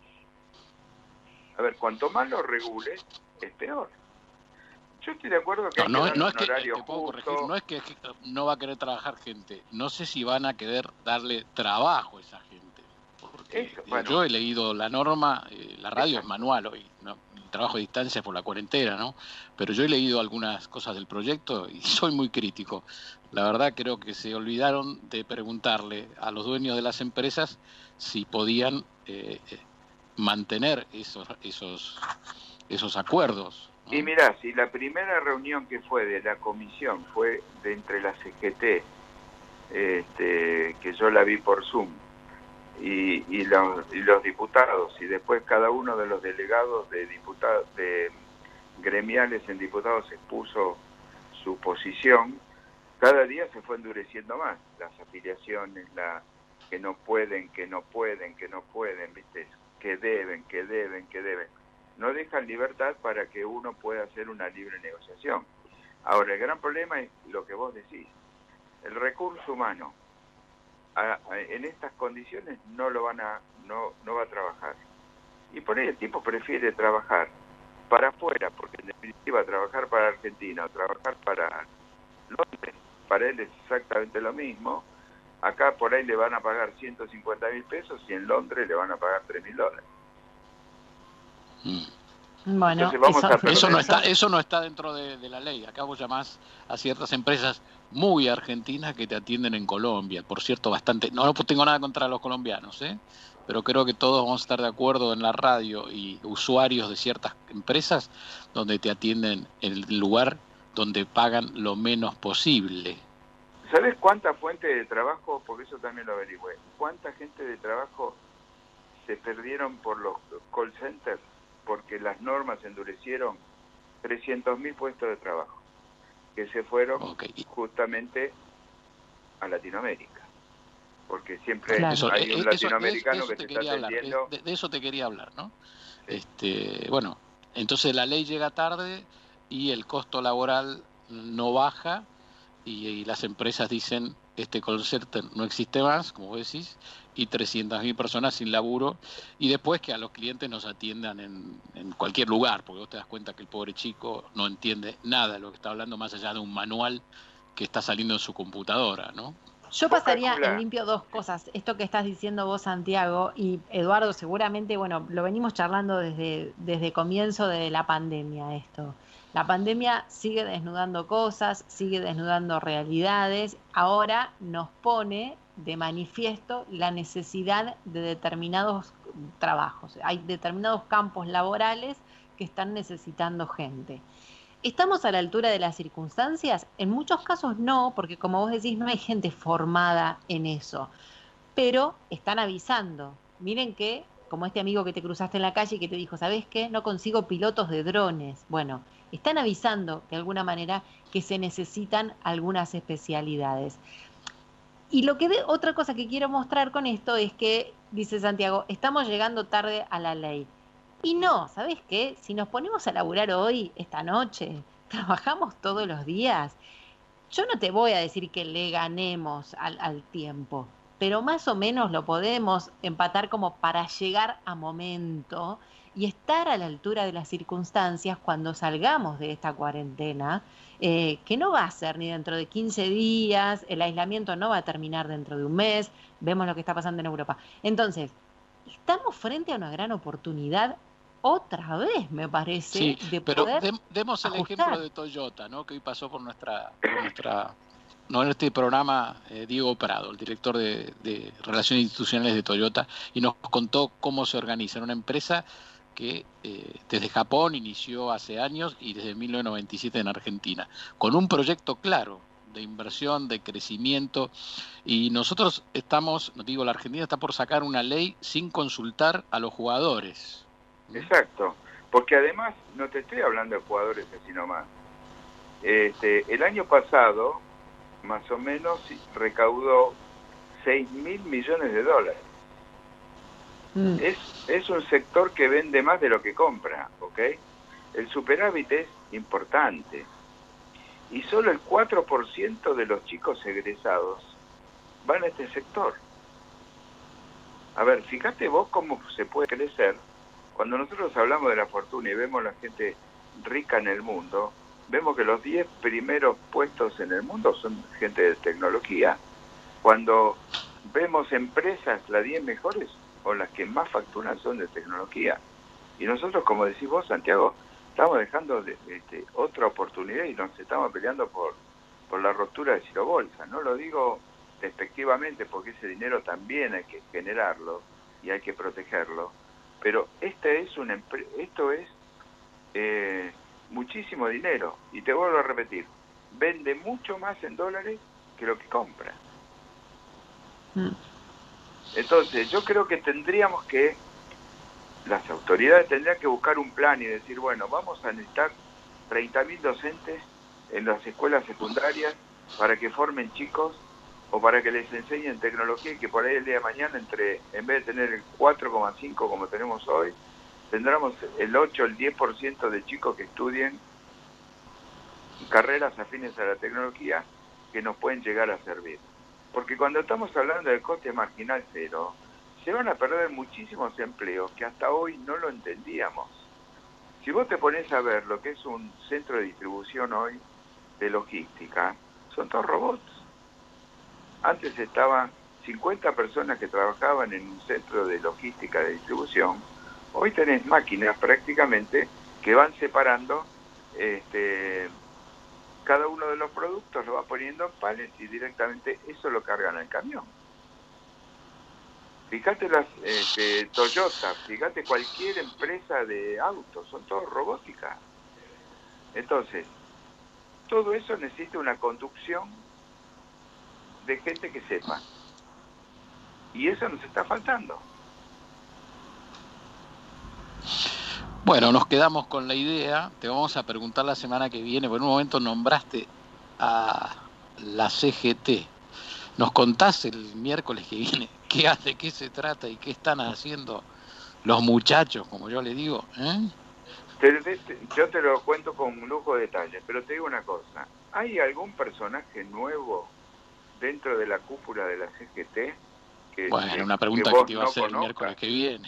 A ver, cuanto más lo regules, es peor. Yo estoy de acuerdo que no, hay que no, dar no un es que, horario te puedo justo. corregir, no es que no va a querer trabajar gente, no sé si van a querer darle trabajo a esa gente. Porque Eso, bueno. Yo he leído la norma, eh, la radio Exacto. es manual hoy, ¿no? El trabajo a distancia es por la cuarentena, ¿no? Pero yo he leído algunas cosas del proyecto y soy muy crítico. La verdad creo que se olvidaron de preguntarle a los dueños de las empresas si podían eh, mantener esos esos esos acuerdos, ¿no? Y mirá, si la primera reunión que fue de la comisión fue de entre la C G T, este, que yo la vi por Zoom, y, y, los, y los diputados, y después cada uno de los delegados de diputados de gremiales en diputados expuso su posición, cada día se fue endureciendo más las afiliaciones, la que no pueden, que no pueden, que no pueden, ¿viste? Que deben, que deben, que deben. No dejan libertad para que uno pueda hacer una libre negociación. Ahora, el gran problema es lo que vos decís. El recurso humano a, a, en estas condiciones no lo van a no no va a trabajar. Y por ahí el tipo prefiere trabajar para afuera, porque en definitiva trabajar para Argentina o trabajar para Londres, para él es exactamente lo mismo. Acá por ahí le van a pagar ciento cincuenta mil pesos y en Londres le van a pagar tres mil dólares. Bueno, vamos eso, a eso, no está, eso no está dentro de, de la ley. Acá vos llamás a ciertas empresas muy argentinas que te atienden en Colombia. Por cierto, bastante. No, no tengo nada contra los colombianos, ¿eh? pero creo que todos vamos a estar de acuerdo en la radio y usuarios de ciertas empresas donde te atienden en el lugar donde pagan lo menos posible. ¿Sabes cuánta fuente de trabajo, porque eso también lo averigüé, cuánta gente de trabajo se perdieron por los call centers porque las normas endurecieron? trescientos mil puestos de trabajo que se fueron Okay. justamente a Latinoamérica, porque siempre Claro. Eso, hay un eso, latinoamericano de eso que te te está quería hablar, atendiendo. de, de eso te quería hablar, ¿no? Sí. Este, bueno, entonces la ley llega tarde y el costo laboral no baja y, y las empresas dicen este call center no existe más, como vos decís, y trescientas mil personas sin laburo, y después que a los clientes nos atiendan en, en cualquier lugar, porque vos te das cuenta que el pobre chico no entiende nada de lo que está hablando más allá de un manual que está saliendo en su computadora, ¿no? Yo Vos pasaría en calculá. limpio dos cosas. Esto que estás diciendo vos, Santiago, y Eduardo, seguramente, bueno, lo venimos charlando desde, desde comienzo de la pandemia esto. La pandemia sigue desnudando cosas, sigue desnudando realidades. Ahora nos pone de manifiesto la necesidad de determinados trabajos. Hay determinados campos laborales que están necesitando gente. ¿Estamos a la altura de las circunstancias? En muchos casos no, porque como vos decís, no hay gente formada en eso, pero están avisando. Miren que, como este amigo que te cruzaste en la calle y que te dijo, ¿sabés qué? No consigo pilotos de drones. Bueno, están avisando de alguna manera que se necesitan algunas especialidades. Y lo que de, otra cosa que quiero mostrar con esto es que, dice Santiago, estamos llegando tarde a la ley. Y no, ¿sabes qué? Si nos ponemos a laburar hoy, esta noche, trabajamos todos los días, yo no te voy a decir que le ganemos al, al tiempo, pero más o menos lo podemos empatar como para llegar a momento y estar a la altura de las circunstancias cuando salgamos de esta cuarentena, eh, que no va a ser ni dentro de quince días, el aislamiento no va a terminar dentro de un mes, vemos lo que está pasando en Europa. Entonces, estamos frente a una gran oportunidad otra vez, me parece, Sí, de pero poder dem- demos el ejemplo ajustar. de Toyota, ¿no? Que hoy pasó por nuestra, por nuestra, no en este programa, eh, Diego Prado, el director de, de Relaciones Institucionales de Toyota, y nos contó cómo se organiza en una empresa que eh, desde Japón inició hace años y desde mil novecientos noventa y siete en Argentina, con un proyecto claro de inversión, de crecimiento, y nosotros estamos, no digo, la Argentina está por sacar una ley sin consultar a los jugadores. ¿Mm? Exacto, porque además no te estoy hablando de jugadores así nomás. Este, el año pasado, más o menos, recaudó seis mil millones de dólares. Mm. Es, es un sector que vende más de lo que compra, ¿ok? El superávit es importante. Y solo el cuatro por ciento de los chicos egresados van a este sector. A ver, fíjate vos cómo se puede crecer. Cuando nosotros hablamos de la fortuna y vemos la gente rica en el mundo, vemos que los diez primeros puestos en el mundo son gente de tecnología. Cuando vemos empresas, las diez mejores o las que más facturan son de tecnología. Y nosotros, como decís vos, Santiago, estamos dejando de, de, de otra oportunidad y nos estamos peleando por, por la ruptura de Ciro Bolsa. No lo digo despectivamente porque ese dinero también hay que generarlo y hay que protegerlo. Pero este es un esto es eh, muchísimo dinero. Y te vuelvo a repetir, vende mucho más en dólares que lo que compra. Mm. Entonces, yo creo que tendríamos que, las autoridades tendrían que buscar un plan y decir, bueno, vamos a necesitar treinta mil docentes en las escuelas secundarias para que formen chicos o para que les enseñen tecnología y que por ahí el día de mañana, entre en vez de tener el cuatro coma cinco como tenemos hoy, tendremos el ocho, el diez por ciento de chicos que estudien carreras afines a la tecnología que nos pueden llegar a servir. Porque cuando estamos hablando del coste marginal cero, se van a perder muchísimos empleos que hasta hoy no lo entendíamos. Si vos te pones a ver lo que es un centro de distribución hoy de logística, son todos robots. Antes estaban cincuenta personas que trabajaban en un centro de logística de distribución. Hoy tenés máquinas prácticamente que van separando este, cada uno de los productos, lo va poniendo en palets y directamente eso lo cargan al camión. Fíjate las este, Toyota, fíjate cualquier empresa de autos, son todos robóticas. Entonces, todo eso necesita una conducción de gente que sepa. Y eso nos está faltando. Bueno, nos quedamos con la idea, te vamos a preguntar la semana que viene, por un momento nombraste a la C G T. ¿Nos contás el miércoles que viene qué hace, de qué se trata y qué están haciendo los muchachos, como yo le digo? ¿eh? Te, te, yo te lo cuento con lujo de detalles, pero te digo una cosa. ¿Hay algún personaje nuevo dentro de la cúpula de la C G T? Que, bueno, que, una pregunta que, que te iba no a hacer conozcas? el miércoles que viene.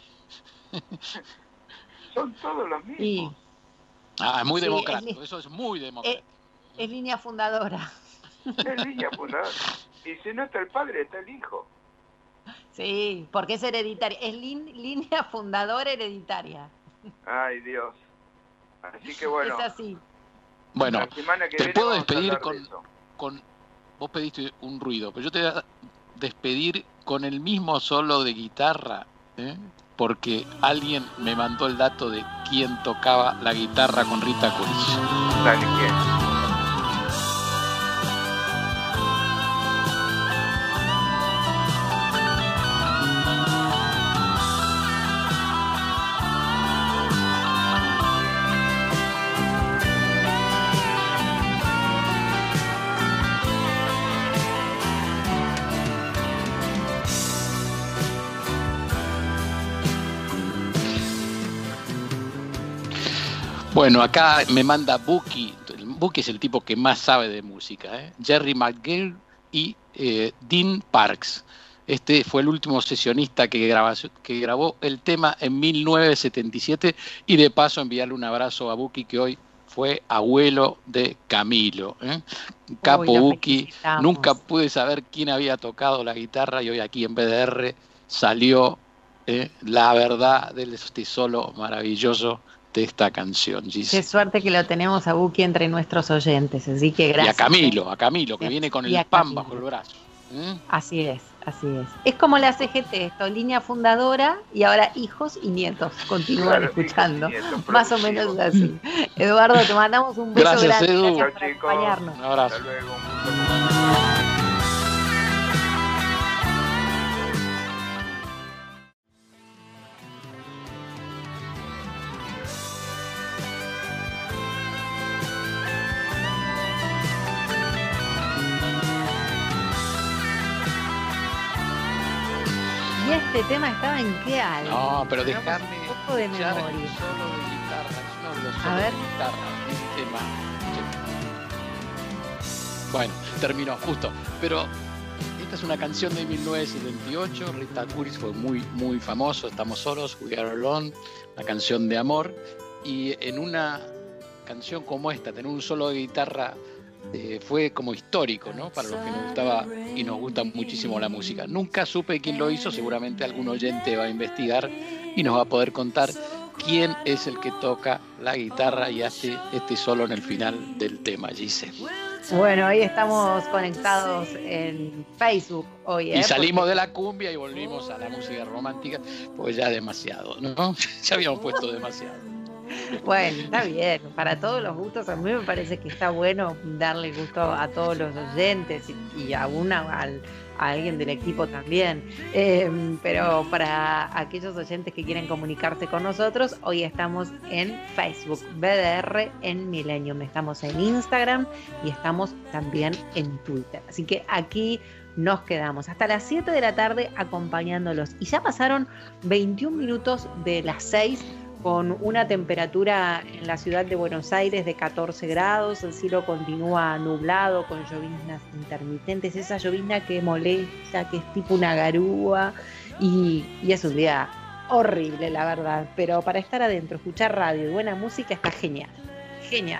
Son todos los mismos. Y, Ah, es muy sí, democrático, es, eso es muy democrático. es, es línea fundadora. Es línea fundadora. Y si no está el padre, está el hijo. Sí, porque es hereditaria. Es lin, línea fundadora hereditaria. Ay, Dios. Así que bueno. Es así. Bueno, la semana que te viene puedo vamos a despedir hablar con, de eso. con... Vos pediste un ruido, pero yo te voy a despedir con el mismo solo de guitarra, ¿eh? Porque alguien me mandó el dato de quién tocaba la guitarra con Rita Kurich. Dale, ¿quién? Bueno, acá me manda Buki. Buki es el tipo que más sabe de música, ¿eh? Jerry McGill y eh, Dean Parks. Este fue el último sesionista que, grabó, que grabó el tema en mil novecientos setenta y siete. Y de paso enviarle un abrazo a Buki, que hoy fue abuelo de Camilo, ¿eh? Capo Uy, Buki. Nunca pude saber quién había tocado la guitarra y hoy aquí en B D R salió ¿eh? la verdad de este solo maravilloso de esta canción, Gise. Qué suerte que lo tenemos a Buki entre nuestros oyentes, así que gracias. Y a Camilo, a Camilo, que sí. viene con y el pan Camilo. bajo el brazo. ¿eh? Así es, así es. Es como la C G T, esto, línea fundadora y ahora hijos y nietos continúan Claro, escuchando. nietos, Más o menos así. Eduardo, te mandamos un beso Gracias, grande. Edu. Gracias por Chao, chicos. acompañarnos. Un abrazo. Hasta luego. Un gusto. ¿Y este tema estaba en qué álbum? No, pero Hagamos dejarme un poco de escuchar memoria. un solo de guitarra, es uno de los A solos ver. de guitarra, un tema. Sí. Bueno, terminó, justo. Pero esta es una canción de mil novecientos setenta y ocho, Rita Kurich fue muy, muy famoso, Estamos solos, We Are Alone, una canción de amor. Y en una canción como esta, tener un solo de guitarra eh, fue como histórico, ¿no? Para los que nos gustaba y nos gusta muchísimo la música. Nunca supe quién lo hizo, seguramente algún oyente va a investigar y nos va a poder contar quién es el que toca la guitarra y hace este solo en el final del tema, Gise. Bueno, hoy estamos conectados en Facebook hoy, ¿eh? Y salimos Porque... de la cumbia y volvimos a la música romántica, pues ya demasiado, ¿no? Ya habíamos puesto demasiado. Bueno, está bien, para todos los gustos. A mí me parece que está bueno darle gusto a todos los oyentes y, y a una al, a alguien del equipo también, eh, pero para aquellos oyentes que quieren comunicarse con nosotros, hoy estamos en Facebook B D R en Millennium, estamos en Instagram y estamos también en Twitter, así que aquí nos quedamos hasta las siete de la tarde acompañándolos y ya pasaron veintiún minutos de las seis, con una temperatura en la ciudad de Buenos Aires de catorce grados, el cielo continúa nublado con lloviznas intermitentes, esa llovizna que molesta, que es tipo una garúa, y, y es un día horrible, la verdad, pero para estar adentro, escuchar radio y buena música está genial, genial.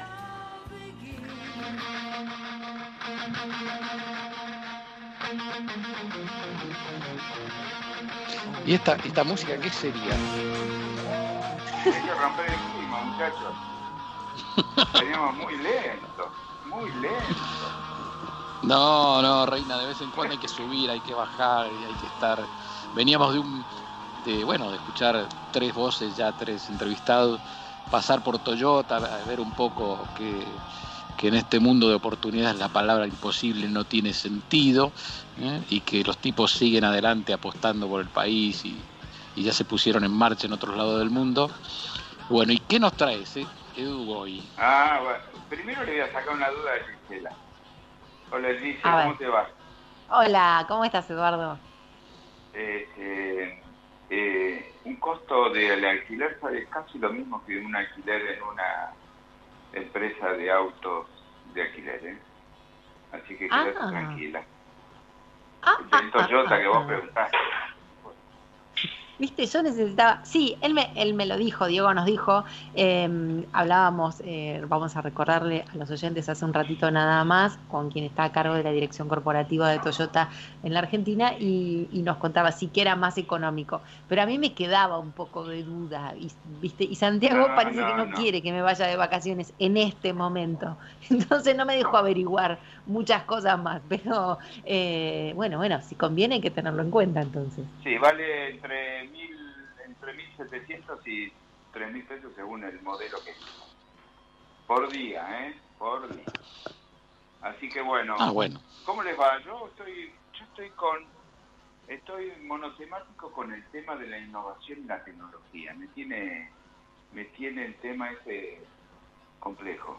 ¿Y esta, esta música qué sería? Hay que romper el clima, muchachos. Estaríamos muy lentos, muy lentos. No, no, Reina, de vez en cuando hay que subir, hay que bajar, y hay que estar. Veníamos de un, de, bueno, de escuchar tres voces, ya tres entrevistados, pasar por Toyota, a ver un poco que, que en este mundo de oportunidades la palabra imposible no tiene sentido, ¿eh? Y que los tipos siguen adelante apostando por el país y, y ya se pusieron en marcha en otros lados del mundo. Bueno, ¿y qué nos traes, eh, Edu Goy? Ah, bueno, primero le voy a sacar una duda a Gisela. Hola, Gisela, A ¿cómo ver. te va? Hola, ¿cómo estás, Eduardo? Eh, eh, eh, un costo del alquiler sale casi lo mismo que un alquiler en una empresa de autos de alquiler, ¿eh? Así que quédate Ah, tranquila. ah, ah, Del ah, Toyota ah, que vos ah. preguntaste. Viste, yo necesitaba, sí, él me, él me lo dijo, Diego nos dijo, eh, hablábamos, eh, vamos a recordarle a los oyentes hace un ratito nada más, con quien está a cargo de la dirección corporativa de Toyota en la Argentina, y, y nos contaba sí que era más económico, pero a mí me quedaba un poco de duda, y, viste, y Santiago No, parece que no, no no. quiere que me vaya de vacaciones en este momento, entonces no me dejó averiguar muchas cosas más, pero eh, bueno, bueno, si conviene hay que tenerlo en cuenta entonces. Sí, vale entre mil, entre mil setecientos y tres mil pesos según el modelo que elijas. Por día, ¿eh? Por día. Así que bueno, Ah, bueno. ¿cómo les va? Yo estoy, yo estoy con, estoy monotemático con el tema de la innovación y la tecnología. Me tiene, me tiene el tema ese complejo.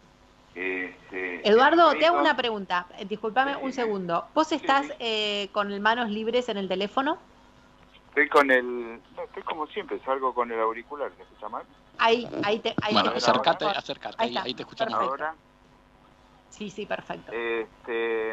Este, hemos Eduardo, te hago tenido, una pregunta. Eh, Discúlpame un decime, segundo. ¿Vos sí, estás sí, eh, con manos libres en el teléfono? estoy con el, no, estoy como siempre, salgo con el auricular, ¿se escucha mal? Ahí, ahí te, ahí te A Bueno, ver escuchamos ahora, acércate, mejor. acércate, Ahí ahí, está, ahí te escuchamos bien. perfecto. ahora, Sí, sí, perfecto. este,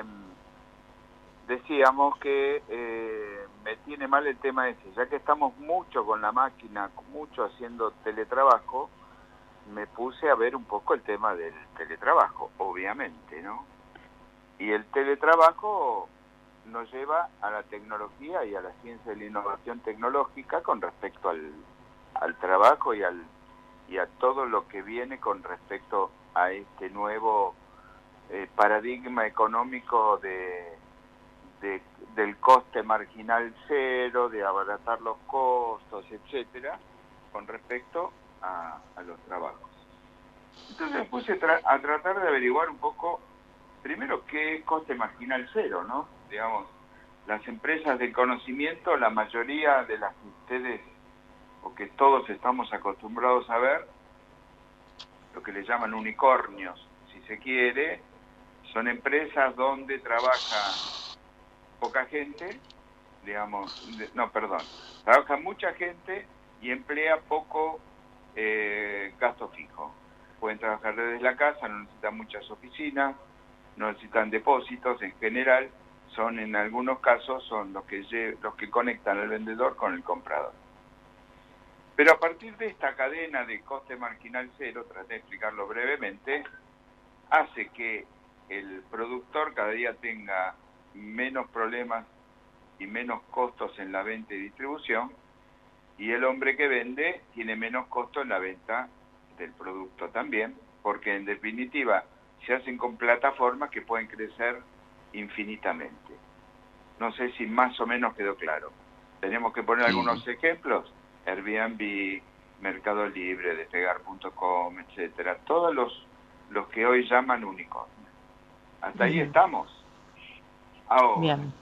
decíamos que eh, me tiene mal el tema ese, ya que estamos mucho con la máquina, mucho haciendo teletrabajo, me puse a ver un poco el tema del teletrabajo, obviamente, ¿no? Y el teletrabajo nos lleva a la tecnología y a la ciencia de la innovación tecnológica con respecto al, al trabajo y, al, y a todo lo que viene con respecto a este nuevo eh, paradigma económico de, de, del coste marginal cero, de abaratar los costos, etcétera, con respecto a, a los trabajos. Entonces me puse tra a tratar de averiguar un poco, primero, qué es coste marginal cero, ¿no? Digamos, las empresas de conocimiento, la mayoría de las que ustedes, o que todos estamos acostumbrados a ver, lo que le llaman unicornios, si se quiere, son empresas donde trabaja poca gente, digamos, no, perdón, trabaja mucha gente y emplea poco eh, gasto fijo. Pueden trabajar desde la casa, no necesitan muchas oficinas, no necesitan depósitos, en general son, en algunos casos, son los que, los que conectan al vendedor con el comprador. Pero a partir de esta cadena de coste marginal cero, traté de explicarlo brevemente, hace que el productor cada día tenga menos problemas y menos costos en la venta y distribución, y el hombre que vende tiene menos costo en la venta del producto también, porque en definitiva se hacen con plataformas que pueden crecer infinitamente. No sé si más o menos quedó claro. Tenemos que poner algunos ejemplos: Airbnb, Mercado Libre, Despegar punto com, etcétera. Todos los, los que hoy llaman unicornios. Hasta ahí Ujú. estamos. Ahora, Bien.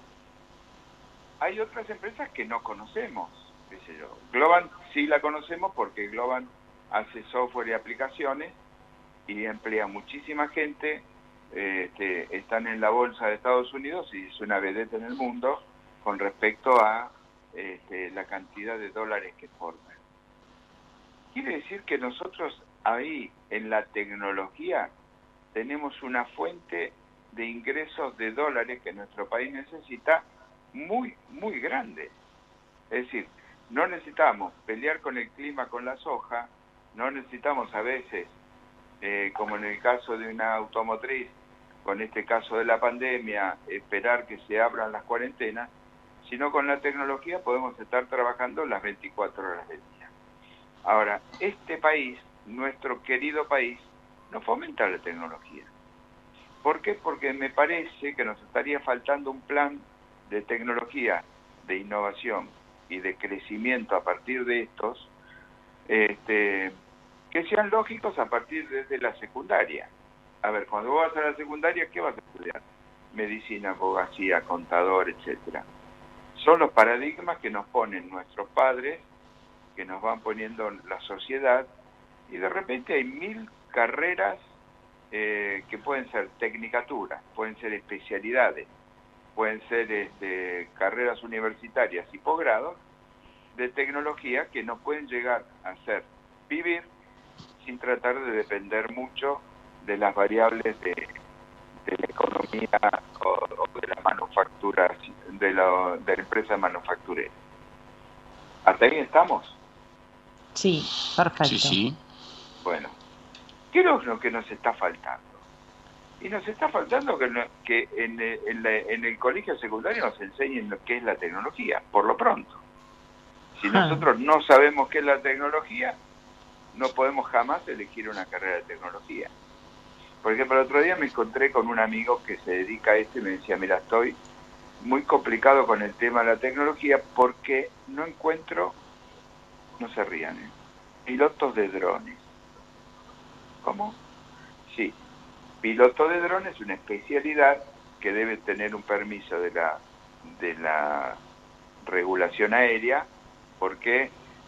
hay otras empresas que no conocemos, qué sé yo. Globant sí la conocemos porque Globant hace software y aplicaciones y emplea muchísima gente, eh, que están en la bolsa de Estados Unidos y es una vedette en el mundo con respecto a este, la cantidad de dólares que forman. Quiere decir que nosotros ahí en la tecnología tenemos una fuente de ingresos de dólares que nuestro país necesita muy, muy grande. Es decir, no necesitamos pelear con el clima con la soja, no necesitamos a veces, eh, como en el caso de una automotriz, con este caso de la pandemia, esperar que se abran las cuarentenas, sino con la tecnología podemos estar trabajando las veinticuatro horas del día. Ahora, este país, nuestro querido país, no fomenta la tecnología. ¿Por qué? Porque me parece que nos estaría faltando un plan de tecnología, de innovación y de crecimiento a partir de estos, este, que sean lógicos a partir desde la secundaria. A ver, cuando vos vas a la secundaria, ¿qué vas a estudiar? Medicina, abogacía, contador, etcétera. Son los paradigmas que nos ponen nuestros padres, que nos van poniendo la sociedad, y de repente hay mil carreras eh, que pueden ser tecnicaturas, pueden ser especialidades, pueden ser este, carreras universitarias y posgrados de tecnología que nos pueden llegar a hacer vivir sin tratar de depender mucho de las variables de, de la economía o, o de la manufactura, de la, de la empresa manufacturera. ¿Hasta ahí estamos? Sí, perfecto. Sí, sí. Bueno, ¿qué es lo que nos está faltando? Y nos está faltando que, que en, en, la, en el colegio secundario nos enseñen lo que es la tecnología, por lo pronto. Si nosotros no sabemos qué es la tecnología, no podemos jamás elegir una carrera de tecnología. Por ejemplo, el otro día me encontré con un amigo que se dedica a esto y me decía, mira, estoy muy complicado con el tema de la tecnología porque no encuentro, no se rían, ¿eh? pilotos de drones. ¿Cómo? Sí, piloto de drones es una especialidad que debe tener un permiso de la, de la regulación aérea porque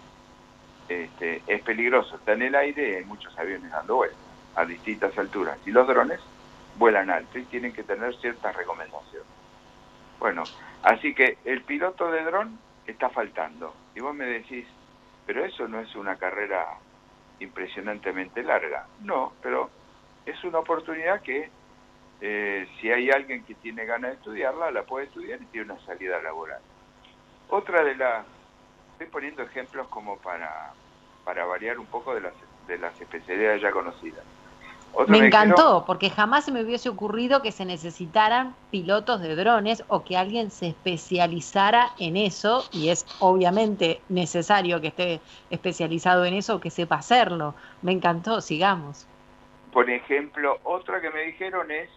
este, es peligroso, está en el aire y hay muchos aviones dando vueltas a distintas alturas y los drones vuelan alto y tienen que tener ciertas recomendaciones. Bueno, así que el piloto de dron está faltando y vos me decís, pero eso no es una carrera impresionantemente larga. No, pero es una oportunidad que eh, si hay alguien que tiene ganas de estudiarla, la puede estudiar y tiene una salida laboral. Otra de las, estoy poniendo ejemplos como para, para variar un poco de las, de las especialidades ya conocidas. Otra me, me encantó, dijeron, porque jamás se me hubiese ocurrido que se necesitaran pilotos de drones o que alguien se especializara en eso, y es obviamente necesario que esté especializado en eso o que sepa hacerlo. Me encantó, sigamos. Por ejemplo, otra que me dijeron es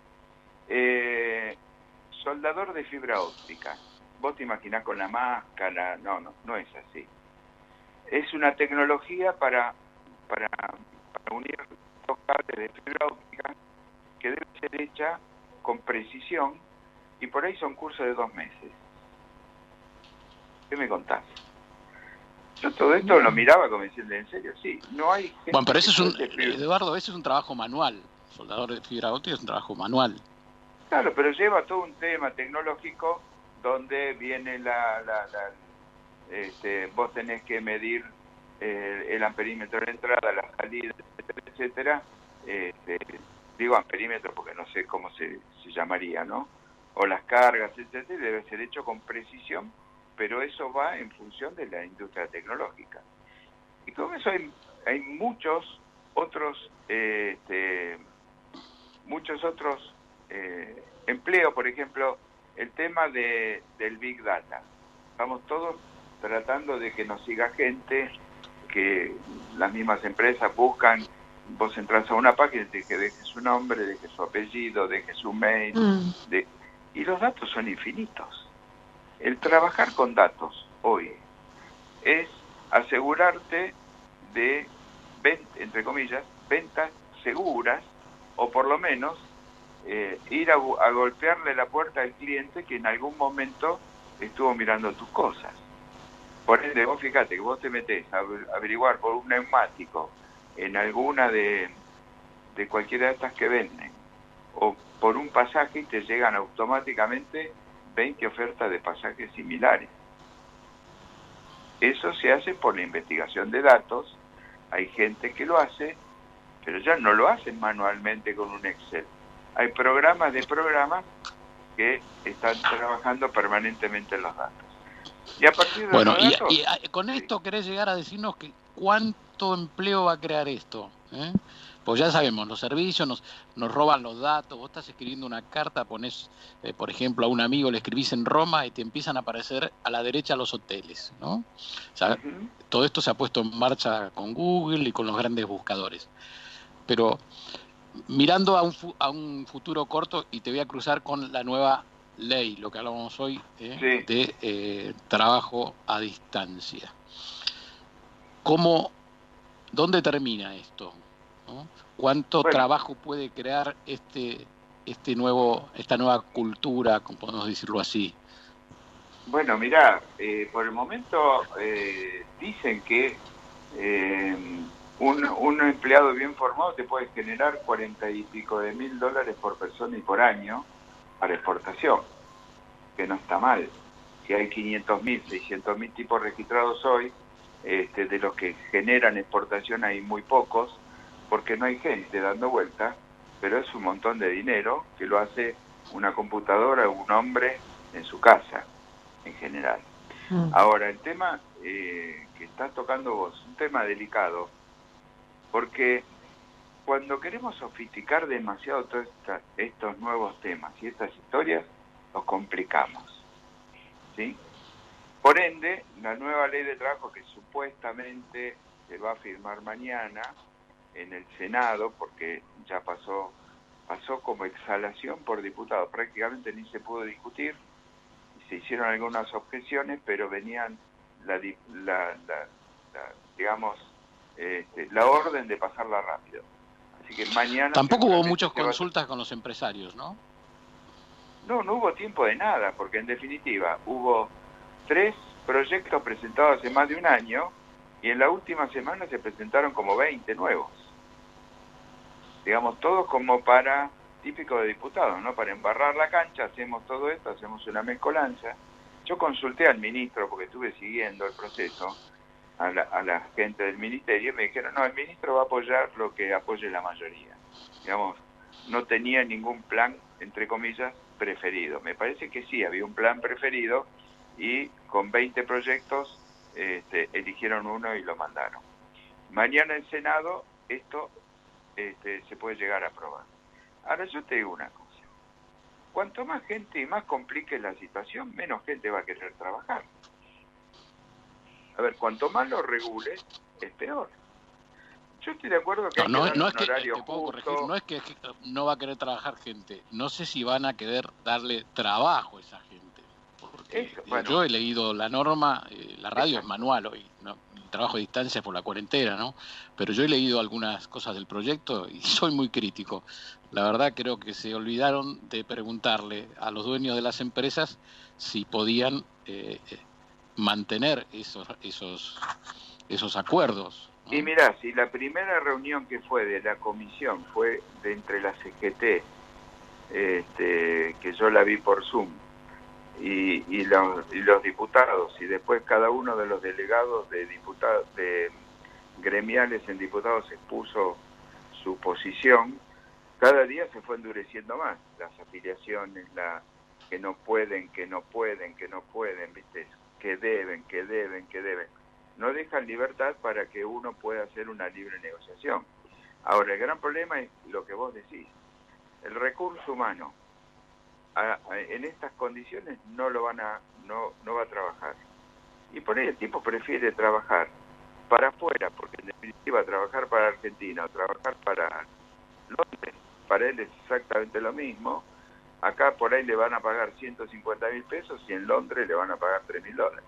eh, soldador de fibra óptica. Vos te imaginás con la máscara, no, no, no es así. Es una tecnología para, para, para unir dos cables de fibra óptica que debe ser hecha con precisión y por ahí son cursos de dos meses. ¿Qué me contás? Yo todo esto lo miraba como diciendo, ¿en serio? Sí, no hay gente. Bueno, pero eso es un, fibra... Eduardo, eso es un trabajo manual. Soldador de fibra óptica es un trabajo manual. Claro, pero lleva todo un tema tecnológico donde viene la... la, la este, vos tenés que medir eh, el amperímetro de la entrada, la salida, etcétera, etcétera. Este, digo amperímetro porque no sé cómo se, se llamaría, ¿no? O las cargas, etcétera, y debe ser hecho con precisión, pero eso va en función de la industria tecnológica. Y con eso hay, hay muchos otros eh, este, muchos otros eh, empleos, por ejemplo, el tema de, del Big Data. Estamos todos tratando de que nos siga gente, que las mismas empresas buscan, vos entras a una página y que deje su nombre, deje su apellido, deje su mail, mm. de, y los datos son infinitos. El trabajar con datos hoy es asegurarte de, entre comillas, ventas seguras, o por lo menos eh, ir a, a golpearle la puerta al cliente que en algún momento estuvo mirando tus cosas. Por ende, vos fíjate que vos te metés a averiguar por un neumático en alguna de, de cualquiera de estas que venden, o por un pasaje y te llegan automáticamente veinte ofertas de pasajes similares. Eso se hace por la investigación de datos. Hay gente que lo hace, pero ya no lo hacen manualmente con un Excel. Hay programas de programas que están trabajando permanentemente en los datos. Y a partir de bueno, los y, datos, y, y con esto sí. ¿Querés llegar a decirnos que cuánto empleo va a crear esto? ¿Eh? Pues ya sabemos, los servicios nos, nos roban los datos. Vos estás escribiendo una carta, pones, eh, por ejemplo, a un amigo, le escribís en Roma y te empiezan a aparecer a la derecha los hoteles, ¿no? O sea, uh-huh. Todo esto se ha puesto en marcha con Google y con los grandes buscadores. Pero mirando a un, fu a un futuro corto, y te voy a cruzar con la nueva ley, lo que hablábamos hoy, ¿eh? sí. de eh, trabajo a distancia. ¿Cómo, dónde termina esto? ¿No? ¿Cuánto bueno. trabajo puede crear este, este nuevo, esta nueva cultura, como podemos decirlo así? Bueno, mirá, eh, por el momento eh, dicen que eh, un, un empleado bien formado te puede generar cuarenta y pico de mil dólares por persona y por año para exportación, que no está mal. Si hay quinientos mil, seiscientos mil tipos registrados hoy, este, de los que generan exportación hay muy pocos, porque no hay gente dando vuelta, pero es un montón de dinero que lo hace una computadora o un hombre en su casa, en general. Mm. Ahora, el tema eh, que estás tocando vos, un tema delicado, porque cuando queremos sofisticar demasiado todos estos nuevos temas y estas historias, los complicamos, ¿sí? Por ende, la nueva ley de trabajo que supuestamente se va a firmar mañana en el Senado, porque ya pasó, pasó como exhalación por diputados, prácticamente ni se pudo discutir, se hicieron algunas objeciones, pero venían la, la, la, la digamos, este, la orden de pasarla rápido. Así que mañana... Tampoco hubo muchas consultas a... con los empresarios, ¿no? No, no hubo tiempo de nada, porque en definitiva hubo tres proyectos presentados hace más de un año y en la última semana se presentaron como veinte nuevos. Digamos, todos como para... típico de diputados, ¿no? Para embarrar la cancha, hacemos todo esto, hacemos una mezcolanza. Yo consulté al ministro, porque estuve siguiendo el proceso, a la, a la gente del ministerio, y me dijeron, no, el ministro va a apoyar lo que apoye la mayoría. Digamos, no tenía ningún plan, entre comillas, preferido. Me parece que sí, había un plan preferido, y con veinte proyectos este, eligieron uno y lo mandaron. Mañana en Senado esto este, se puede llegar a aprobar. Ahora yo te digo una cosa, cuanto más gente y más complique la situación, menos gente va a querer trabajar. A ver, cuanto más lo regule, es peor. Yo estoy de acuerdo que no, hay que no, dar no un es que, horario te puedo justo. corregir, no es que no va a querer trabajar gente, no sé si van a querer darle trabajo a esa gente. Porque Eso, bueno. Yo he leído la norma, eh, la radio Exacto. es manual hoy, ¿no? El trabajo a distancia es por la cuarentena, ¿no? Pero yo he leído algunas cosas del proyecto y soy muy crítico. La verdad creo que se olvidaron de preguntarle a los dueños de las empresas si podían eh, mantener esos, esos, esos acuerdos, ¿no? Y mirá, si la primera reunión que fue de la comisión fue de entre la C G T, este, que yo la vi por Zoom, y, y, los, y los diputados, y después cada uno de los delegados de diputados de gremiales en diputados expuso su posición, cada día se fue endureciendo más las afiliaciones, la que no pueden, que no pueden, que no pueden, ¿viste? Que deben, que deben, que deben. No dejan libertad para que uno pueda hacer una libre negociación. Ahora, el gran problema es lo que vos decís. El recurso humano a, a, en estas condiciones no lo van a, no, no va a trabajar. Y por ahí el tipo prefiere trabajar para afuera, porque en definitiva trabajar para Argentina o trabajar para Londres, para él es exactamente lo mismo. Acá por ahí le van a pagar ciento cincuenta mil pesos y en Londres le van a pagar tres mil dólares.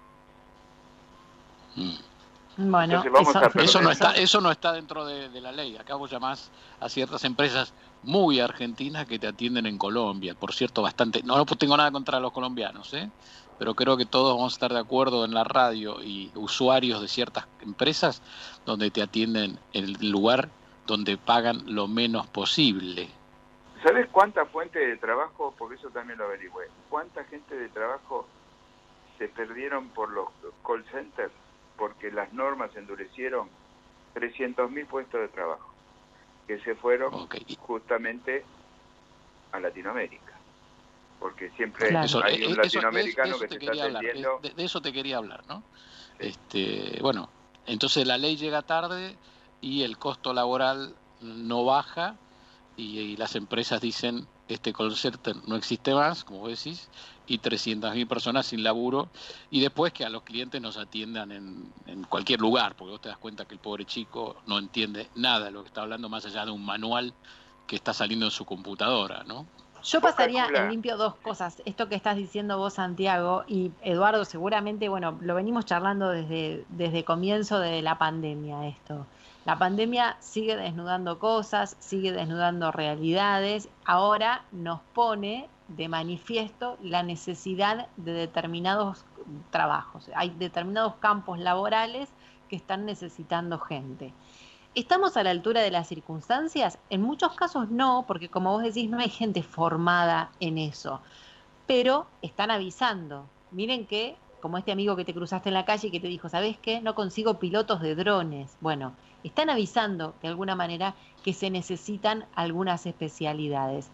Bueno, vamos eso, a eso, no está, eso no está dentro de, de la ley. Acá vos llamás a ciertas empresas muy argentinas que te atienden en Colombia. Por cierto, bastante. No, no tengo nada contra los colombianos, ¿eh? Pero creo que todos vamos a estar de acuerdo en la radio y usuarios de ciertas empresas donde te atienden en el lugar donde pagan lo menos posible. ¿Sabes cuánta fuente de trabajo? Porque eso también lo averigüé. ¿Cuánta gente de trabajo se perdieron por los call centers? Porque las normas endurecieron trescientos mil puestos de trabajo que se fueron okay. justamente a Latinoamérica. Porque siempre claro. eso, hay un eso, latinoamericano eso, eso que te está atendiendo. De, de eso te quería hablar, ¿no? Sí. Este, bueno, entonces la ley llega tarde y el costo laboral no baja y, y las empresas dicen este call center no existe más, como vos decís, y trescientas mil personas sin laburo, y después que a los clientes nos atiendan en, en cualquier lugar, porque vos te das cuenta que el pobre chico no entiende nada de lo que está hablando más allá de un manual que está saliendo en su computadora, ¿no? Yo pasaría en limpio dos cosas. Esto que estás diciendo vos, Santiago, y Eduardo, seguramente, bueno, lo venimos charlando desde, desde comienzo de la pandemia esto. La pandemia sigue desnudando cosas, sigue desnudando realidades. Ahora nos pone de manifiesto la necesidad de determinados trabajos. Hay determinados campos laborales que están necesitando gente. ¿Estamos a la altura de las circunstancias? En muchos casos no, porque como vos decís, no hay gente formada en eso. Pero están avisando. Miren que, como este amigo que te cruzaste en la calle y que te dijo, ¿sabés qué? No consigo pilotos de drones. Bueno, están avisando de alguna manera que se necesitan algunas especialidades.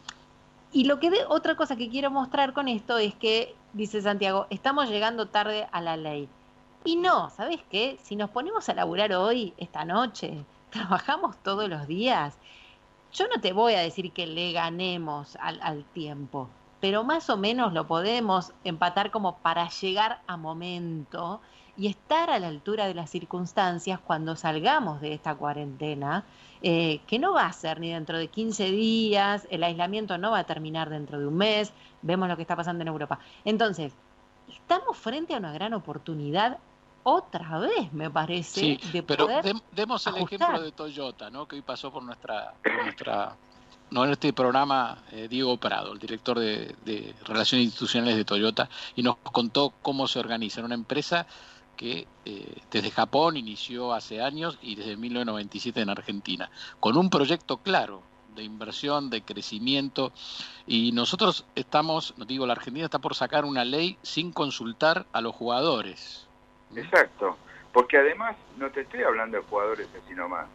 Y lo que de, otra cosa que quiero mostrar con esto es que, dice Santiago, estamos llegando tarde a la ley. Y no, ¿sabés qué? Si nos ponemos a laburar hoy, esta noche, trabajamos todos los días, yo no te voy a decir que le ganemos al, al tiempo, pero más o menos lo podemos empatar como para llegar a momento y estar a la altura de las circunstancias cuando salgamos de esta cuarentena, eh, que no va a ser ni dentro de quince días, el aislamiento no va a terminar dentro de un mes, vemos lo que está pasando en Europa. Entonces, estamos frente a una gran oportunidad otra vez, me parece, sí, de pero poder de, demos el ajustar. ejemplo de Toyota, ¿no? Que hoy pasó por nuestra, por nuestra no en este programa eh, Diego Prado, el director de, de Relaciones Institucionales de Toyota, y nos contó cómo se organiza en una empresa que eh, desde Japón inició hace años y desde mil novecientos noventa y siete en Argentina, con un proyecto claro de inversión, de crecimiento, y nosotros estamos, no digo, la Argentina está por sacar una ley sin consultar a los jugadores. Exacto, porque además no te estoy hablando de jugadores así nomás.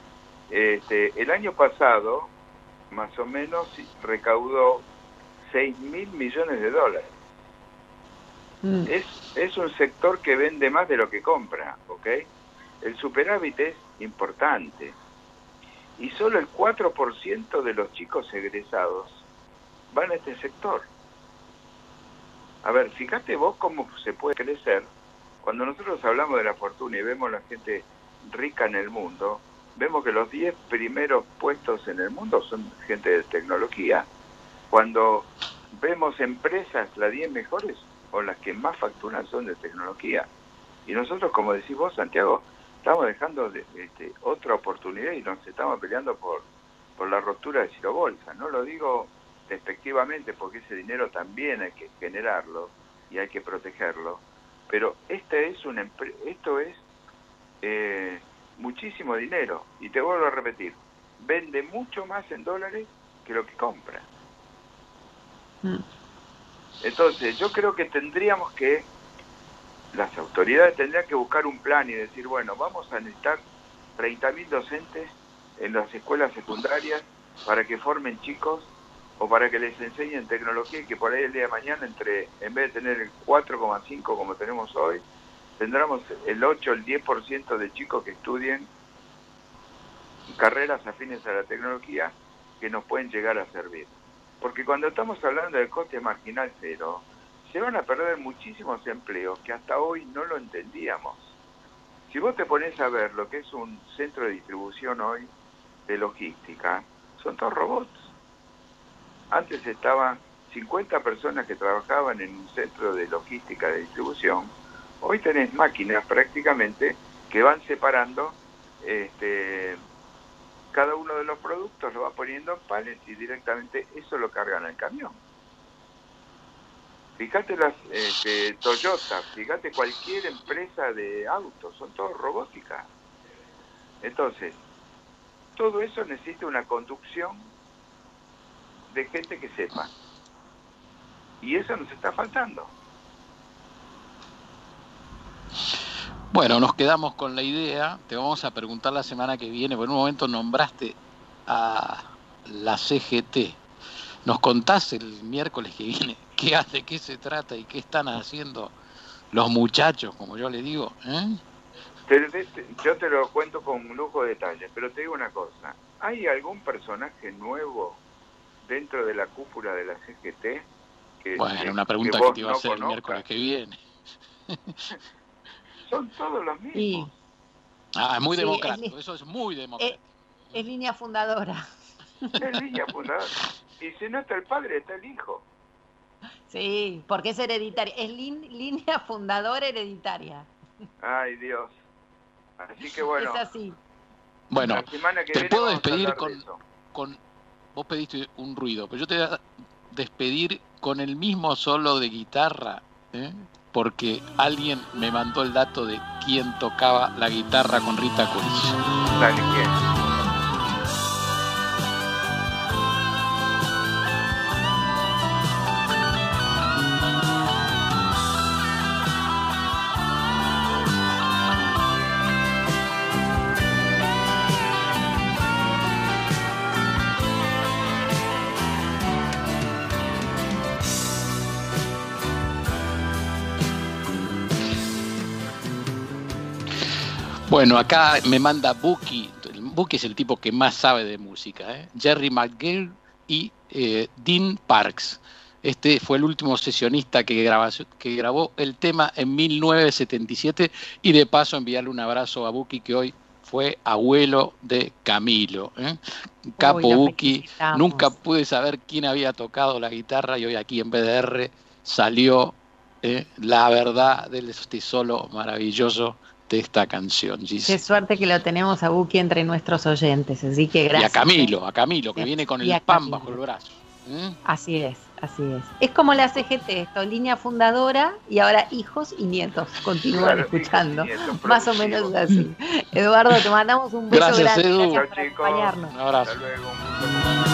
Este, el año pasado, más o menos, recaudó seis mil millones de dólares. Mm. Es, es un sector que vende más de lo que compra, ¿ok? El superávit es importante. Y solo el cuatro por ciento de los chicos egresados van a este sector. A ver, fíjate vos cómo se puede crecer. Cuando nosotros hablamos de la fortuna y vemos la gente rica en el mundo, vemos que los diez primeros puestos en el mundo son gente de tecnología. Cuando vemos empresas, las diez mejores o las que más facturan son de tecnología. Y nosotros, como decís vos, Santiago, estamos dejando de, de, de otra oportunidad y nos estamos peleando por, por la ruptura de Ciro Bolsa. No lo digo despectivamente porque ese dinero también hay que generarlo y hay que protegerlo. Pero este es un esto es eh, muchísimo dinero. Y te vuelvo a repetir, vende mucho más en dólares que lo que compra. Mm. Entonces, yo creo que tendríamos que, las autoridades tendrían que buscar un plan y decir, bueno, vamos a necesitar treinta mil docentes en las escuelas secundarias para que formen chicos o para que les enseñen tecnología y que por ahí el día de mañana, entre en vez de tener el cuatro coma cinco como tenemos hoy, tendremos el ocho, el diez por ciento de chicos que estudien carreras afines a la tecnología que nos pueden llegar a servir. Porque cuando estamos hablando del coste marginal cero, se van a perder muchísimos empleos que hasta hoy no lo entendíamos. Si vos te pones a ver lo que es un centro de distribución hoy de logística, son todos robots. Antes estaban cincuenta personas que trabajaban en un centro de logística de distribución. Hoy tenés máquinas prácticamente que van separando este, cada uno de los productos, lo va poniendo en pallets y directamente eso lo cargan al camión. Fíjate las este, Toyota, fíjate cualquier empresa de autos, son todos robóticas. Entonces, todo eso necesita una conducción de gente que sepa. Y eso nos está faltando. Bueno, nos quedamos con la idea. Te vamos a preguntar la semana que viene. Por un momento nombraste a la C G T. ¿Nos contás el miércoles que viene qué hace, qué se trata y qué están haciendo los muchachos, como yo le digo? ¿eh? Te, te, yo te lo cuento con lujo de detalles, pero te digo una cosa. ¿Hay algún personaje nuevo dentro de la cúpula de la C G T? Que, bueno, que, una pregunta que, que te iba no a hacer conozcas. El miércoles que viene. Son todos los mismos. Sí. Ah, es muy sí, democrático, es, eso es muy democrático. Es, es línea fundadora. Es línea fundadora. Y si no está el padre, está el hijo. Sí, porque es hereditaria. Es lin, línea fundadora hereditaria. Ay, Dios. Así que bueno. Es así. Bueno, la semana que te viene puedo vamos a despedir hablar con, de eso. con... Vos pediste un ruido, pero yo te voy a despedir con el mismo solo de guitarra, ¿eh? Porque alguien me mandó el dato de quién tocaba la guitarra con Rita Kurich. Dale, ¿quién? Bueno, acá me manda Buki. Buki es el tipo que más sabe de música, ¿eh? Jerry McGill y eh, Dean Parks. Este fue el último sesionista que grabó, que grabó el tema en mil novecientos setenta y siete. Y de paso enviarle un abrazo a Buki, que hoy fue abuelo de Camilo, ¿eh? Capo Uy, Buki. Nunca pude saber quién había tocado la guitarra y hoy aquí en B D R salió eh, la verdad de este solo maravilloso de esta canción, Gis. Qué suerte que lo tenemos a Buki entre nuestros oyentes, así que gracias. Y a Camilo, a Camilo, que sí. viene con y el pan bajo el brazo. ¿Mm? Así es, así es. Es como la C G T, esto, línea fundadora y ahora hijos y nietos continúan Claro, escuchando. nietos, más o menos así. Eduardo, te mandamos un beso Gracias, grande. Edu. Gracias Chao, por chicos. acompañarnos. Un abrazo. Hasta luego. Un gusto.